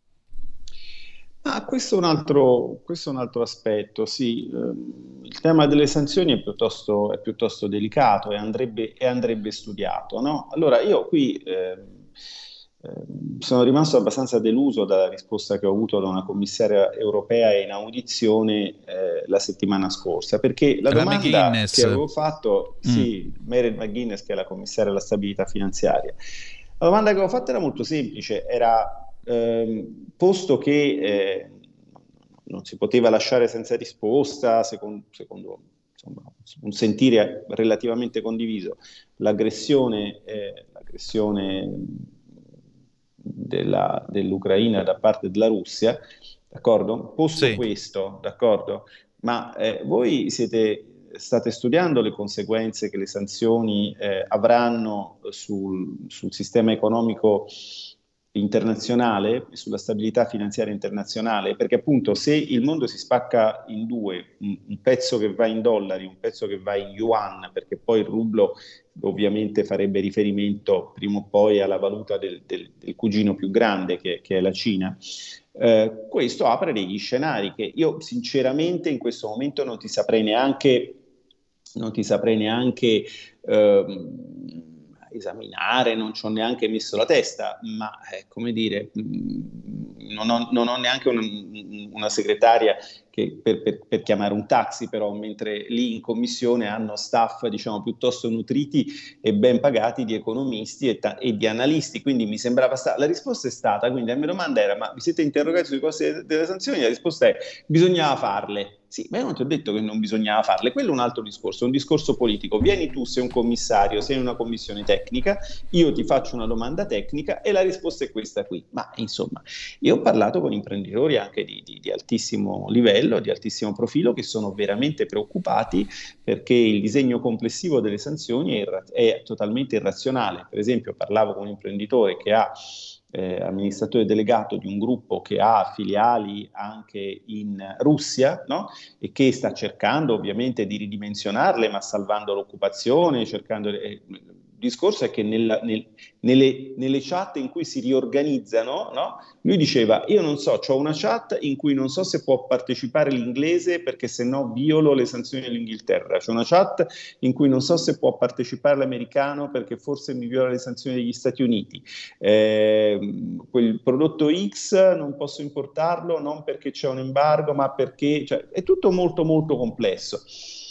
Ah, questo è un altro, questo è un altro aspetto, sì. Il tema delle sanzioni è piuttosto, è piuttosto delicato e andrebbe, e andrebbe studiato, no? Allora, io qui eh, eh, sono rimasto abbastanza deluso dalla risposta che ho avuto da una commissaria europea in audizione eh, la settimana scorsa, perché la, la domanda McGuinness. che avevo fatto, mm. sì, Mairead McGuinness, che è la commissaria alla stabilità finanziaria, la domanda che avevo fatto era molto semplice, era... Eh, posto che eh, non si poteva lasciare senza risposta, secondo, secondo insomma, un sentire relativamente condiviso, l'aggressione, eh, l'aggressione della, dell'Ucraina da parte della Russia, d'accordo? Posto sì. questo, d'accordo? Ma eh, voi siete... state studiando le conseguenze che le sanzioni eh, avranno sul, sul sistema economico internazionale, sulla stabilità finanziaria internazionale, perché appunto se il mondo si spacca in due, un, un pezzo che va in dollari, un pezzo che va in yuan, perché poi il rublo ovviamente farebbe riferimento prima o poi alla valuta del, del, del cugino più grande che, che è la Cina, eh, questo apre degli scenari che io sinceramente in questo momento non ti saprei neanche non ti saprei neanche ehm, esaminare, non ci ho neanche messo la testa, ma eh, come dire, non ho, non ho neanche una, una segretaria che per, per, per chiamare un taxi, però mentre lì in commissione hanno staff diciamo piuttosto nutriti e ben pagati di economisti e, ta- e di analisti, quindi mi sembrava sta- la risposta è stata, quindi la mia domanda era: ma vi siete interrogati sui costi de- delle sanzioni? La risposta è: bisognava farle. Sì, ma io non ti ho detto che non bisognava farle, quello è un altro discorso, un discorso politico. Vieni tu, sei un commissario, sei in una commissione tecnica, io ti faccio una domanda tecnica e la risposta è questa qui. Ma insomma, io ho parlato con imprenditori anche di, di, di altissimo livello, di altissimo profilo, che sono veramente preoccupati perché il disegno complessivo delle sanzioni è, irra- è totalmente irrazionale. Per esempio, parlavo con un imprenditore che ha Eh, amministratore delegato di un gruppo che ha filiali anche in Russia, no? E che sta cercando ovviamente di ridimensionarle, ma salvando l'occupazione, cercando... Eh, il discorso è che nella, nel, nelle, nelle chat in cui si riorganizzano, no? Lui diceva: io non so, c'ho una chat in cui non so se può partecipare l'inglese perché se no violo le sanzioni dell'Inghilterra, c'è una chat in cui non so se può partecipare l'americano perché forse mi viola le sanzioni degli Stati Uniti, eh, quel prodotto X non posso importarlo non perché c'è un embargo ma perché, cioè, è tutto molto molto complesso.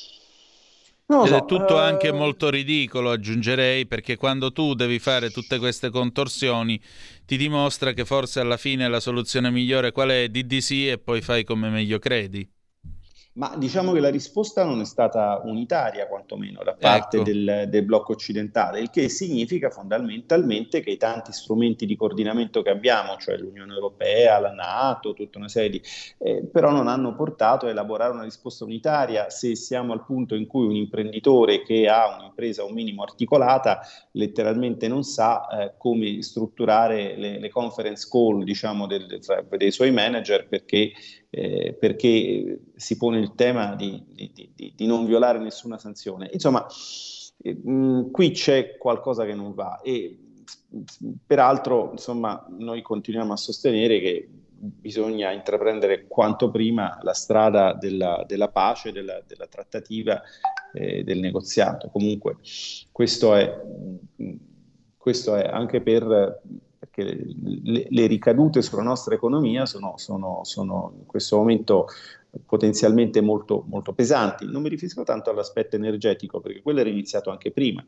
Ed so, è tutto uh... anche molto ridicolo, aggiungerei, perché quando tu devi fare tutte queste contorsioni ti dimostra che forse alla fine la soluzione migliore qual è? D D C e poi fai come meglio credi. Ma diciamo che la risposta non è stata unitaria, quantomeno, da parte ecco. del, del blocco occidentale, il che significa fondamentalmente che i tanti strumenti di coordinamento che abbiamo, cioè l'Unione Europea, la NATO, tutta una serie di... Eh, però non hanno portato a elaborare una risposta unitaria. Se siamo al punto in cui un imprenditore che ha un'impresa un minimo articolata letteralmente non sa eh, come strutturare le, le conference call, diciamo, del, del, dei suoi manager, perché Eh, perché si pone il tema di, di, di, di non violare nessuna sanzione. Insomma, eh, mh, qui c'è qualcosa che non va e peraltro insomma noi continuiamo a sostenere che bisogna intraprendere quanto prima la strada della, della pace, della, della trattativa, eh, del negoziato. Comunque questo è, questo è anche per... perché le, le ricadute sulla nostra economia sono, sono, sono in questo momento potenzialmente molto, molto pesanti. Non mi riferisco tanto all'aspetto energetico, perché quello era iniziato anche prima.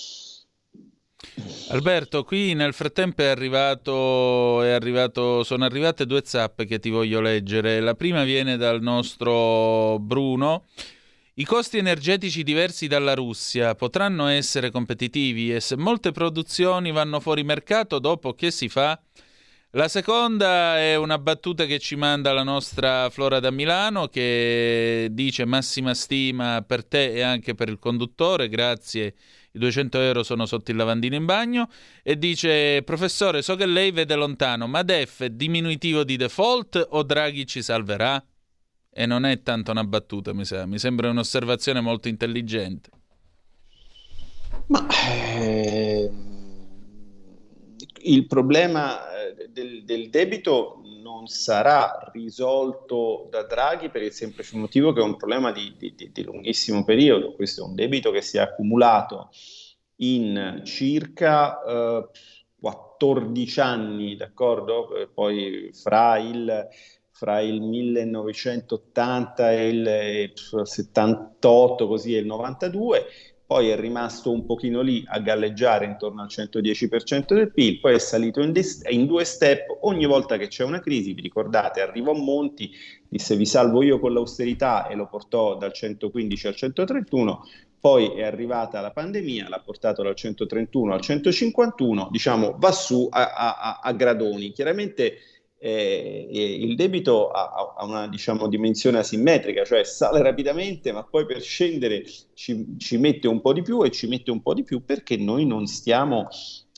Alberto, qui nel frattempo è arrivato, è arrivato, sono arrivate due zappe che ti voglio leggere. La prima viene dal nostro Bruno. I costi energetici diversi dalla Russia potranno essere competitivi e se molte produzioni vanno fuori mercato, dopo che si fa? La seconda è una battuta che ci manda la nostra Flora da Milano, che dice: massima stima per te e anche per il conduttore, grazie, i duecento euro sono sotto il lavandino in bagno. E dice: professore, so che lei vede lontano, ma D E F è diminutivo di default o Draghi ci salverà? E non è tanto una battuta, mi sa, mi sembra un'osservazione molto intelligente. Ma eh, il problema del, del debito non sarà risolto da Draghi per il semplice motivo che è un problema di, di, di lunghissimo periodo. Questo è un debito che si è accumulato in circa eh, quattordici anni, d'accordo? Poi fra il fra il millenovecentottanta e il settantotto, così, e il novantadue, poi è rimasto un pochino lì a galleggiare intorno al centodieci per cento del P I L, poi è salito in, de- in due step. Ogni volta che c'è una crisi, vi ricordate, arrivò Monti, disse vi salvo io con l'austerità e lo portò dal centoquindici al centotrentuno, poi è arrivata la pandemia, l'ha portato dal centotrentuno al centocinquantuno, diciamo va su a, a, a gradoni. Chiaramente Eh, il debito ha, ha una, diciamo, dimensione asimmetrica, cioè sale rapidamente ma poi per scendere ci, ci mette un po' di più e ci mette un po' di più perché noi non stiamo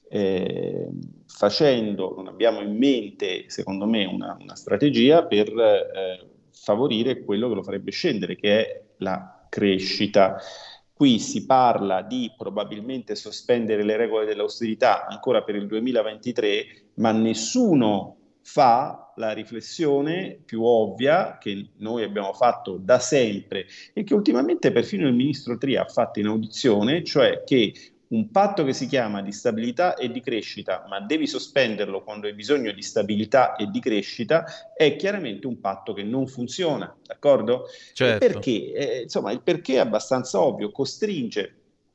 eh, facendo, non abbiamo in mente, secondo me, una, una strategia per eh, favorire quello che lo farebbe scendere, che è la crescita. Qui si parla di probabilmente sospendere le regole dell'austerità ancora per il duemilaventitré, ma nessuno fa la riflessione più ovvia che noi abbiamo fatto da sempre e che ultimamente perfino il ministro Tria ha fatto in audizione, cioè che un patto che si chiama di stabilità e di crescita, ma devi sospenderlo quando hai bisogno di stabilità e di crescita, è chiaramente un patto che non funziona, d'accordo? Certo. E perché? Eh, insomma, il perché è abbastanza ovvio, costringe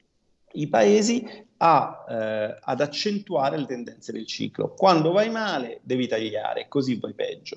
i paesi a, eh, ad accentuare le tendenze del ciclo. Quando vai male devi tagliare, così vai peggio.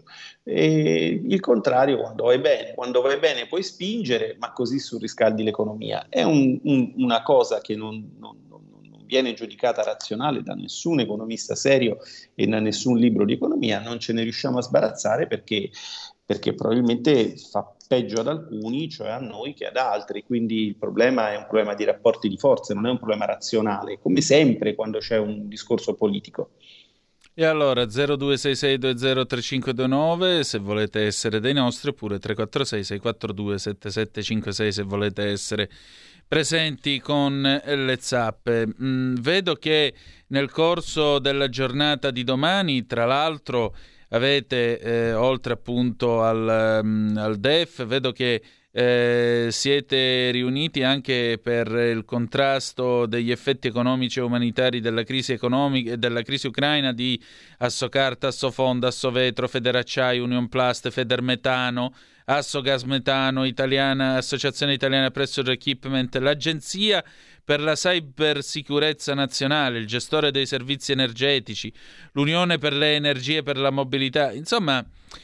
E il contrario quando vai bene. Quando vai bene puoi spingere, ma così surriscaldi l'economia. È un, un, una cosa che non, non, non, non viene giudicata razionale da nessun economista serio e da nessun libro di economia. Non ce ne riusciamo a sbarazzare perché, perché probabilmente fa peggio ad alcuni, cioè a noi, che ad altri. Quindi il problema è un problema di rapporti di forze, non è un problema razionale, come sempre quando c'è un discorso politico. E allora zero due sei sei due zero tre cinque due nove se volete essere dei nostri, oppure tre quattro sei sei quattro due sette sette cinque sei se volete essere presenti con le zappe. Mm, vedo che nel corso della giornata di domani, tra l'altro, avete, eh, oltre appunto al, um, al D E F, vedo che eh, siete riuniti anche per il contrasto degli effetti economici e umanitari della crisi economica e della crisi ucraina di Assocarta, Assofonda, Assovetro, Federacciai, Union Plast, Federmetano, Assogas Metano, Italiana, Associazione Italiana Pressure Equipment, l'Agenzia per la Cybersicurezza Nazionale, il gestore dei servizi energetici, l'Unione per le Energie e per la Mobilità. Insomma,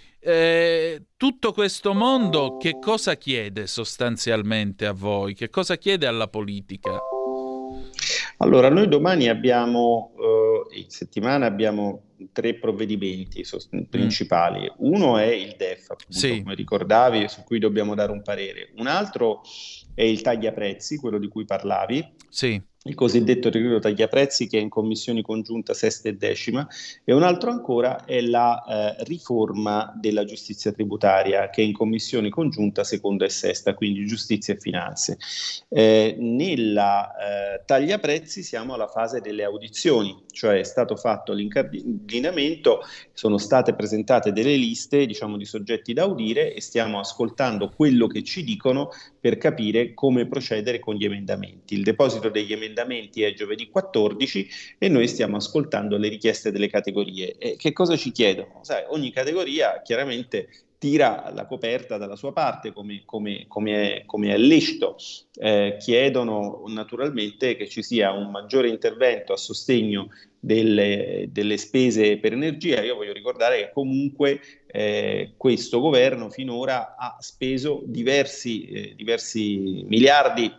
eh, tutto questo mondo che cosa chiede sostanzialmente a voi? Che cosa chiede alla politica? Allora, noi domani abbiamo, eh, in settimana abbiamo tre provvedimenti sost- principali. Mm. Uno è il D E F, appunto, sì, come ricordavi, su cui dobbiamo dare un parere. Un altro è il tagliaprezzi, quello di cui parlavi. Sì. Il cosiddetto decreto tagliaprezzi, che è in commissioni congiunta sesta e decima, e un altro ancora è la eh, riforma della giustizia tributaria, che è in commissioni congiunta seconda e sesta, quindi giustizia e finanze. Eh, nella eh, tagliaprezzi siamo alla fase delle audizioni, cioè è stato fatto l'incardinamento, sono state presentate delle liste, diciamo, di soggetti da audire e stiamo ascoltando quello che ci dicono per capire come procedere con gli emendamenti. Il deposito degli emendamenti è giovedì quattordici e noi stiamo ascoltando le richieste delle categorie. E che cosa ci chiedono? Sai, ogni categoria chiaramente tira la coperta dalla sua parte, come, come, come, è, come è lecito. Eh, chiedono naturalmente che ci sia un maggiore intervento a sostegno delle, delle spese per energia. Io voglio ricordare che comunque eh, questo governo finora ha speso diversi, eh, diversi miliardi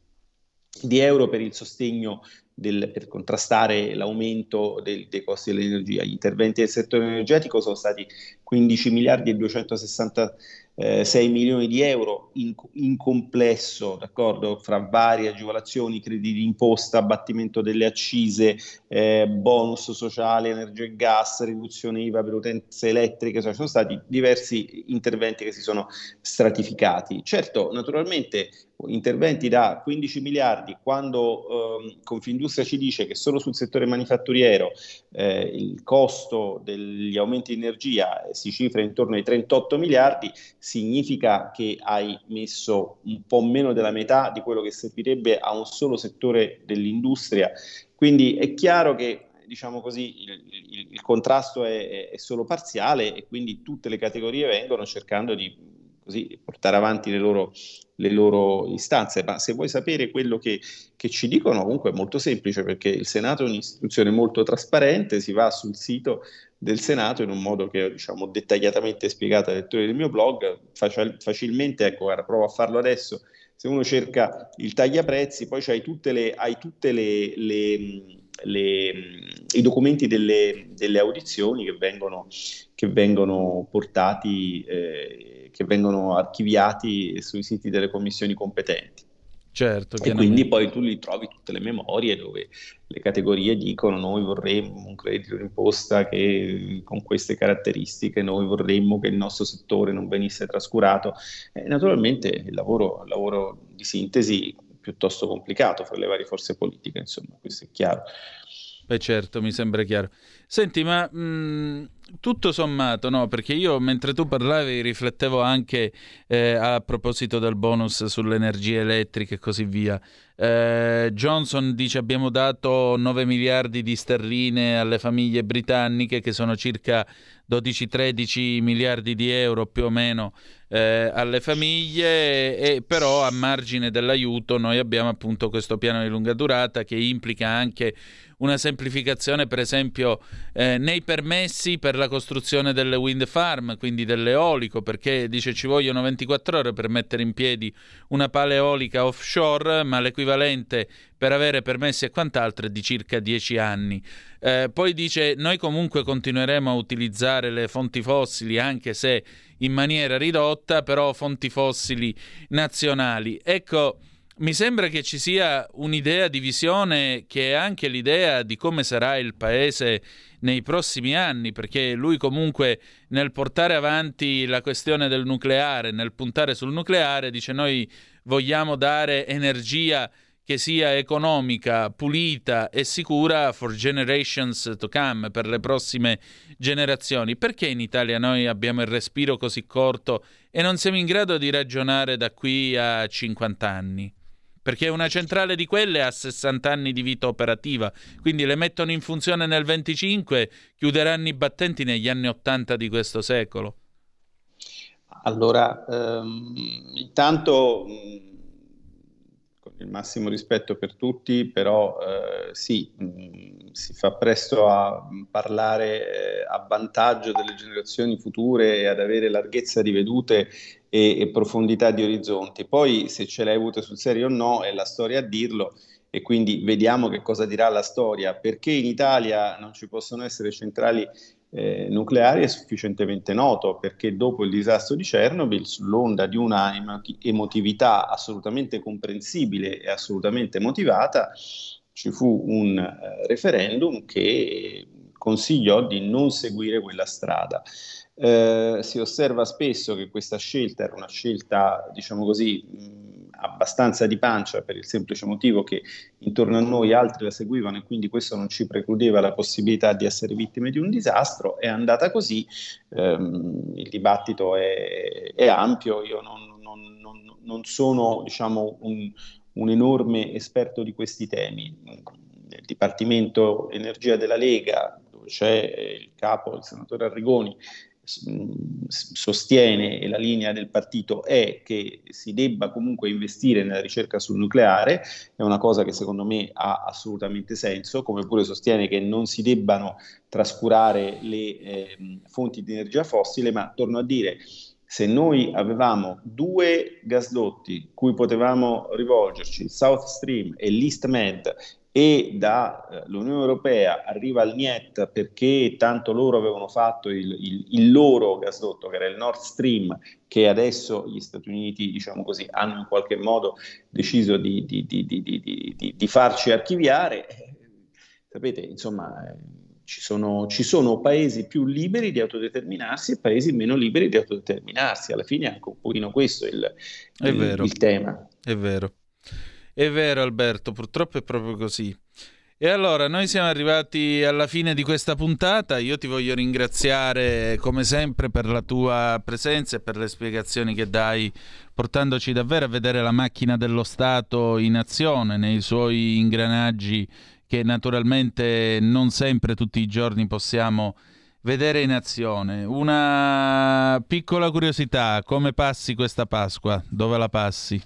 di euro per il sostegno Del, per contrastare l'aumento del, dei costi dell'energia. Gli interventi del settore energetico sono stati quindici miliardi e duecentosessantasei milioni di euro in, in complesso, d'accordo, fra varie agevolazioni, crediti d'imposta, abbattimento delle accise, eh, bonus sociale, energia e gas, riduzione I V A per utenze elettriche, cioè sono stati diversi interventi che si sono stratificati. Certo, naturalmente interventi da quindici miliardi, quando ehm, Confindustria ci dice che solo sul settore manifatturiero eh, il costo degli aumenti di energia si cifra intorno ai trentotto miliardi, significa che hai messo un po' meno della metà di quello che servirebbe a un solo settore dell'industria. Quindi è chiaro che, diciamo così, il, il, il contrasto è, è solo parziale, e quindi tutte le categorie vengono cercando di così portare avanti le loro, le loro istanze. Ma se vuoi sapere quello che, che ci dicono, comunque è molto semplice, perché il Senato è un'istituzione molto trasparente, si va sul sito del Senato in un modo che ho, diciamo, dettagliatamente spiegato ai lettori del mio blog, facil- facilmente, ecco, guarda, provo a farlo adesso. Se uno cerca il tagliaprezzi, poi c'hai tutte le, hai tutte le, le, le, i documenti delle, delle audizioni che vengono, che vengono portati, eh, che vengono archiviati sui siti delle commissioni competenti. Certo, e quindi poi tu li trovi tutte le memorie dove le categorie dicono: noi vorremmo un credito d'imposta che con queste caratteristiche, noi vorremmo che il nostro settore non venisse trascurato. Eh, naturalmente il lavoro, il lavoro di sintesi è piuttosto complicato fra le varie forze politiche, insomma, questo è chiaro. Beh, certo, mi sembra chiaro. Senti, ma mh, tutto sommato, no, perché io mentre tu parlavi riflettevo anche eh, a proposito del bonus sull'energia elettrica e così via. Eh, Johnson dice: abbiamo dato nove miliardi di sterline alle famiglie britanniche, che sono circa dodici tredici miliardi di euro più o meno eh, alle famiglie, e però a margine dell'aiuto noi abbiamo appunto questo piano di lunga durata che implica anche una semplificazione, per esempio eh, nei permessi per la costruzione delle wind farm, quindi dell'eolico, perché dice ci vogliono ventiquattro ore per mettere in piedi una pala eolica offshore, ma l'equivalente per avere permessi e quant'altro è di circa dieci anni. Eh, poi dice noi comunque continueremo a utilizzare le fonti fossili, anche se in maniera ridotta, però fonti fossili nazionali. Ecco, mi sembra che ci sia un'idea di visione che è anche l'idea di come sarà il paese nei prossimi anni, perché lui comunque nel portare avanti la questione del nucleare, nel puntare sul nucleare, dice noi vogliamo dare energia che sia economica, pulita e sicura for generations to come, per le prossime generazioni. Perché in Italia noi abbiamo il respiro così corto e non siamo in grado di ragionare da qui a cinquanta anni? Perché una centrale di quelle ha sessanta anni di vita operativa, quindi le mettono in funzione nel venticinque, chiuderanno i battenti negli anni ottanta di questo secolo. Allora, ehm, intanto, mh, con il massimo rispetto per tutti, però eh, sì, mh, si fa presto a parlare eh, a vantaggio delle generazioni future e ad avere larghezza di vedute e, e profondità di orizzonti. Poi se ce l'hai avute sul serio o no è la storia a dirlo, e quindi vediamo che cosa dirà la storia. Perché in Italia non ci possono essere centrali eh, nucleari è sufficientemente noto, perché dopo il disastro di Chernobyl, sull'onda di una emotività assolutamente comprensibile e assolutamente motivata, ci fu un eh, referendum che consigliò di non seguire quella strada. Eh, si osserva spesso che questa scelta era una scelta, diciamo così, mh, abbastanza di pancia, per il semplice motivo che intorno a noi altri la seguivano e quindi questo non ci precludeva la possibilità di essere vittime di un disastro. È andata così, ehm, il dibattito è, è ampio, io non, non, non, non sono, diciamo, un, un enorme esperto di questi temi. Nel Dipartimento Energia della Lega, dove c'è il capo, il senatore Arrigoni, sostiene, e la linea del partito è che si debba comunque investire nella ricerca sul nucleare, è una cosa che secondo me ha assolutamente senso, come pure sostiene che non si debbano trascurare le eh, fonti di energia fossile, ma torno a dire, se noi avevamo due gasdotti cui potevamo rivolgerci, il South Stream e l'EastMed, e dall'Unione Europea arriva il Niet perché tanto loro avevano fatto il, il, il loro gasdotto, che era il Nord Stream, che adesso gli Stati Uniti, diciamo così, hanno in qualche modo deciso di, di, di, di, di, di, di farci archiviare. Sapete, insomma, ci sono, ci sono paesi più liberi di autodeterminarsi e paesi meno liberi di autodeterminarsi. Alla fine è anche un pochino questo il, è il, vero. il tema. È vero. È vero Alberto, purtroppo è proprio così. E allora noi siamo arrivati alla fine di questa puntata. Io ti voglio ringraziare come sempre per la tua presenza e per le spiegazioni che dai, portandoci davvero a vedere la macchina dello Stato in azione nei suoi ingranaggi, che naturalmente non sempre tutti i giorni possiamo vedere in azione. Una piccola curiosità: come passi questa Pasqua? Dove la passi?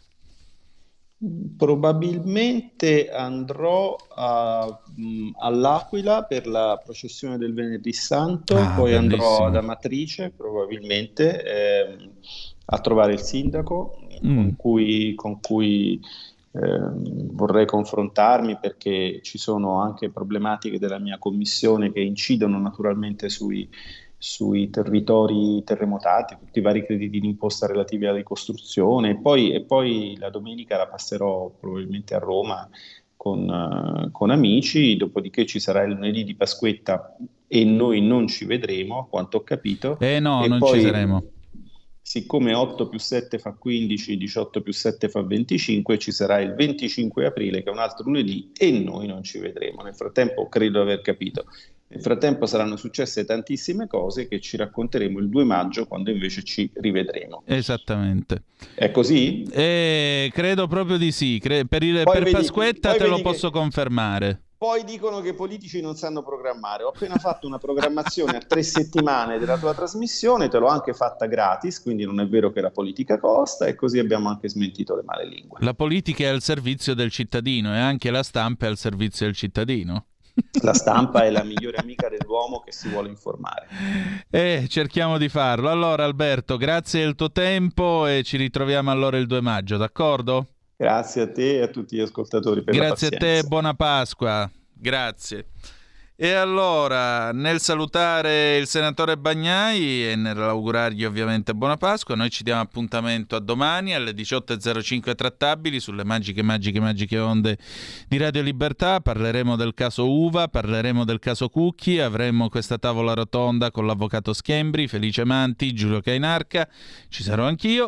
Probabilmente andrò a, mh, all'Aquila per la processione del Venerdì Santo, ah, poi bellissimo. andrò ad Amatrice probabilmente eh, a trovare il sindaco mm. con cui, con cui eh, vorrei confrontarmi, perché ci sono anche problematiche della mia commissione che incidono naturalmente sui sui territori terremotati, tutti i vari crediti d'imposta relativi alla ricostruzione, e poi, e poi la domenica la passerò probabilmente a Roma con, uh, con amici, dopodiché ci sarà il lunedì di Pasquetta e noi non ci vedremo, a quanto ho capito. Eh no, e non poi, ci saremo. Siccome otto più sette fa quindici, diciotto più sette fa venticinque, ci sarà il venticinque aprile, che è un altro lunedì, e noi non ci vedremo. Nel frattempo credo aver capito. Nel frattempo saranno successe tantissime cose che ci racconteremo il due maggio, quando invece ci rivedremo. Esattamente. È così? Eh, credo proprio di sì. Cre- per il, Poi per vedi- Pasquetta poi te lo vedi che- posso confermare. Poi dicono che i politici non sanno programmare. Ho appena fatto una programmazione a tre settimane della tua trasmissione, te l'ho anche fatta gratis, quindi non è vero che la politica costa, e così abbiamo anche smentito le male lingue. La politica è al servizio del cittadino e anche la stampa è al servizio del cittadino. La stampa è la migliore amica dell'uomo che si vuole informare. Eh, cerchiamo di farlo. Allora Alberto, grazie del tuo tempo e ci ritroviamo allora il due maggio, d'accordo? Grazie a te e a tutti gli ascoltatori per Grazie la a pazienza. te, buona Pasqua. Grazie. E allora, nel salutare il senatore Bagnai e nell'augurargli ovviamente buona Pasqua, noi ci diamo appuntamento a domani alle diciotto e zero cinque trattabili sulle magiche, magiche, magiche onde di Radio Libertà. Parleremo del caso Uva, parleremo del caso Cucchi, avremo questa tavola rotonda con l'avvocato Schembri, Felice Manti, Giulio Cainarca, ci sarò anch'io.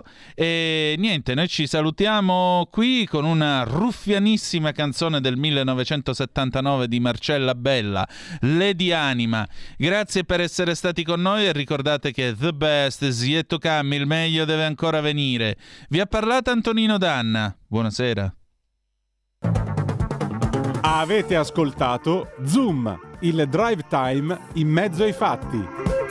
E niente, noi ci salutiamo qui con una ruffianissima canzone del millenovecentosettantanove di Marcella Bella, Lady Anima. Grazie per essere stati con noi e ricordate che the best is yet to come, il meglio deve ancora venire. Vi ha parlato Antonino Danna. Buonasera. Avete ascoltato Zoom, il drive time in mezzo ai fatti.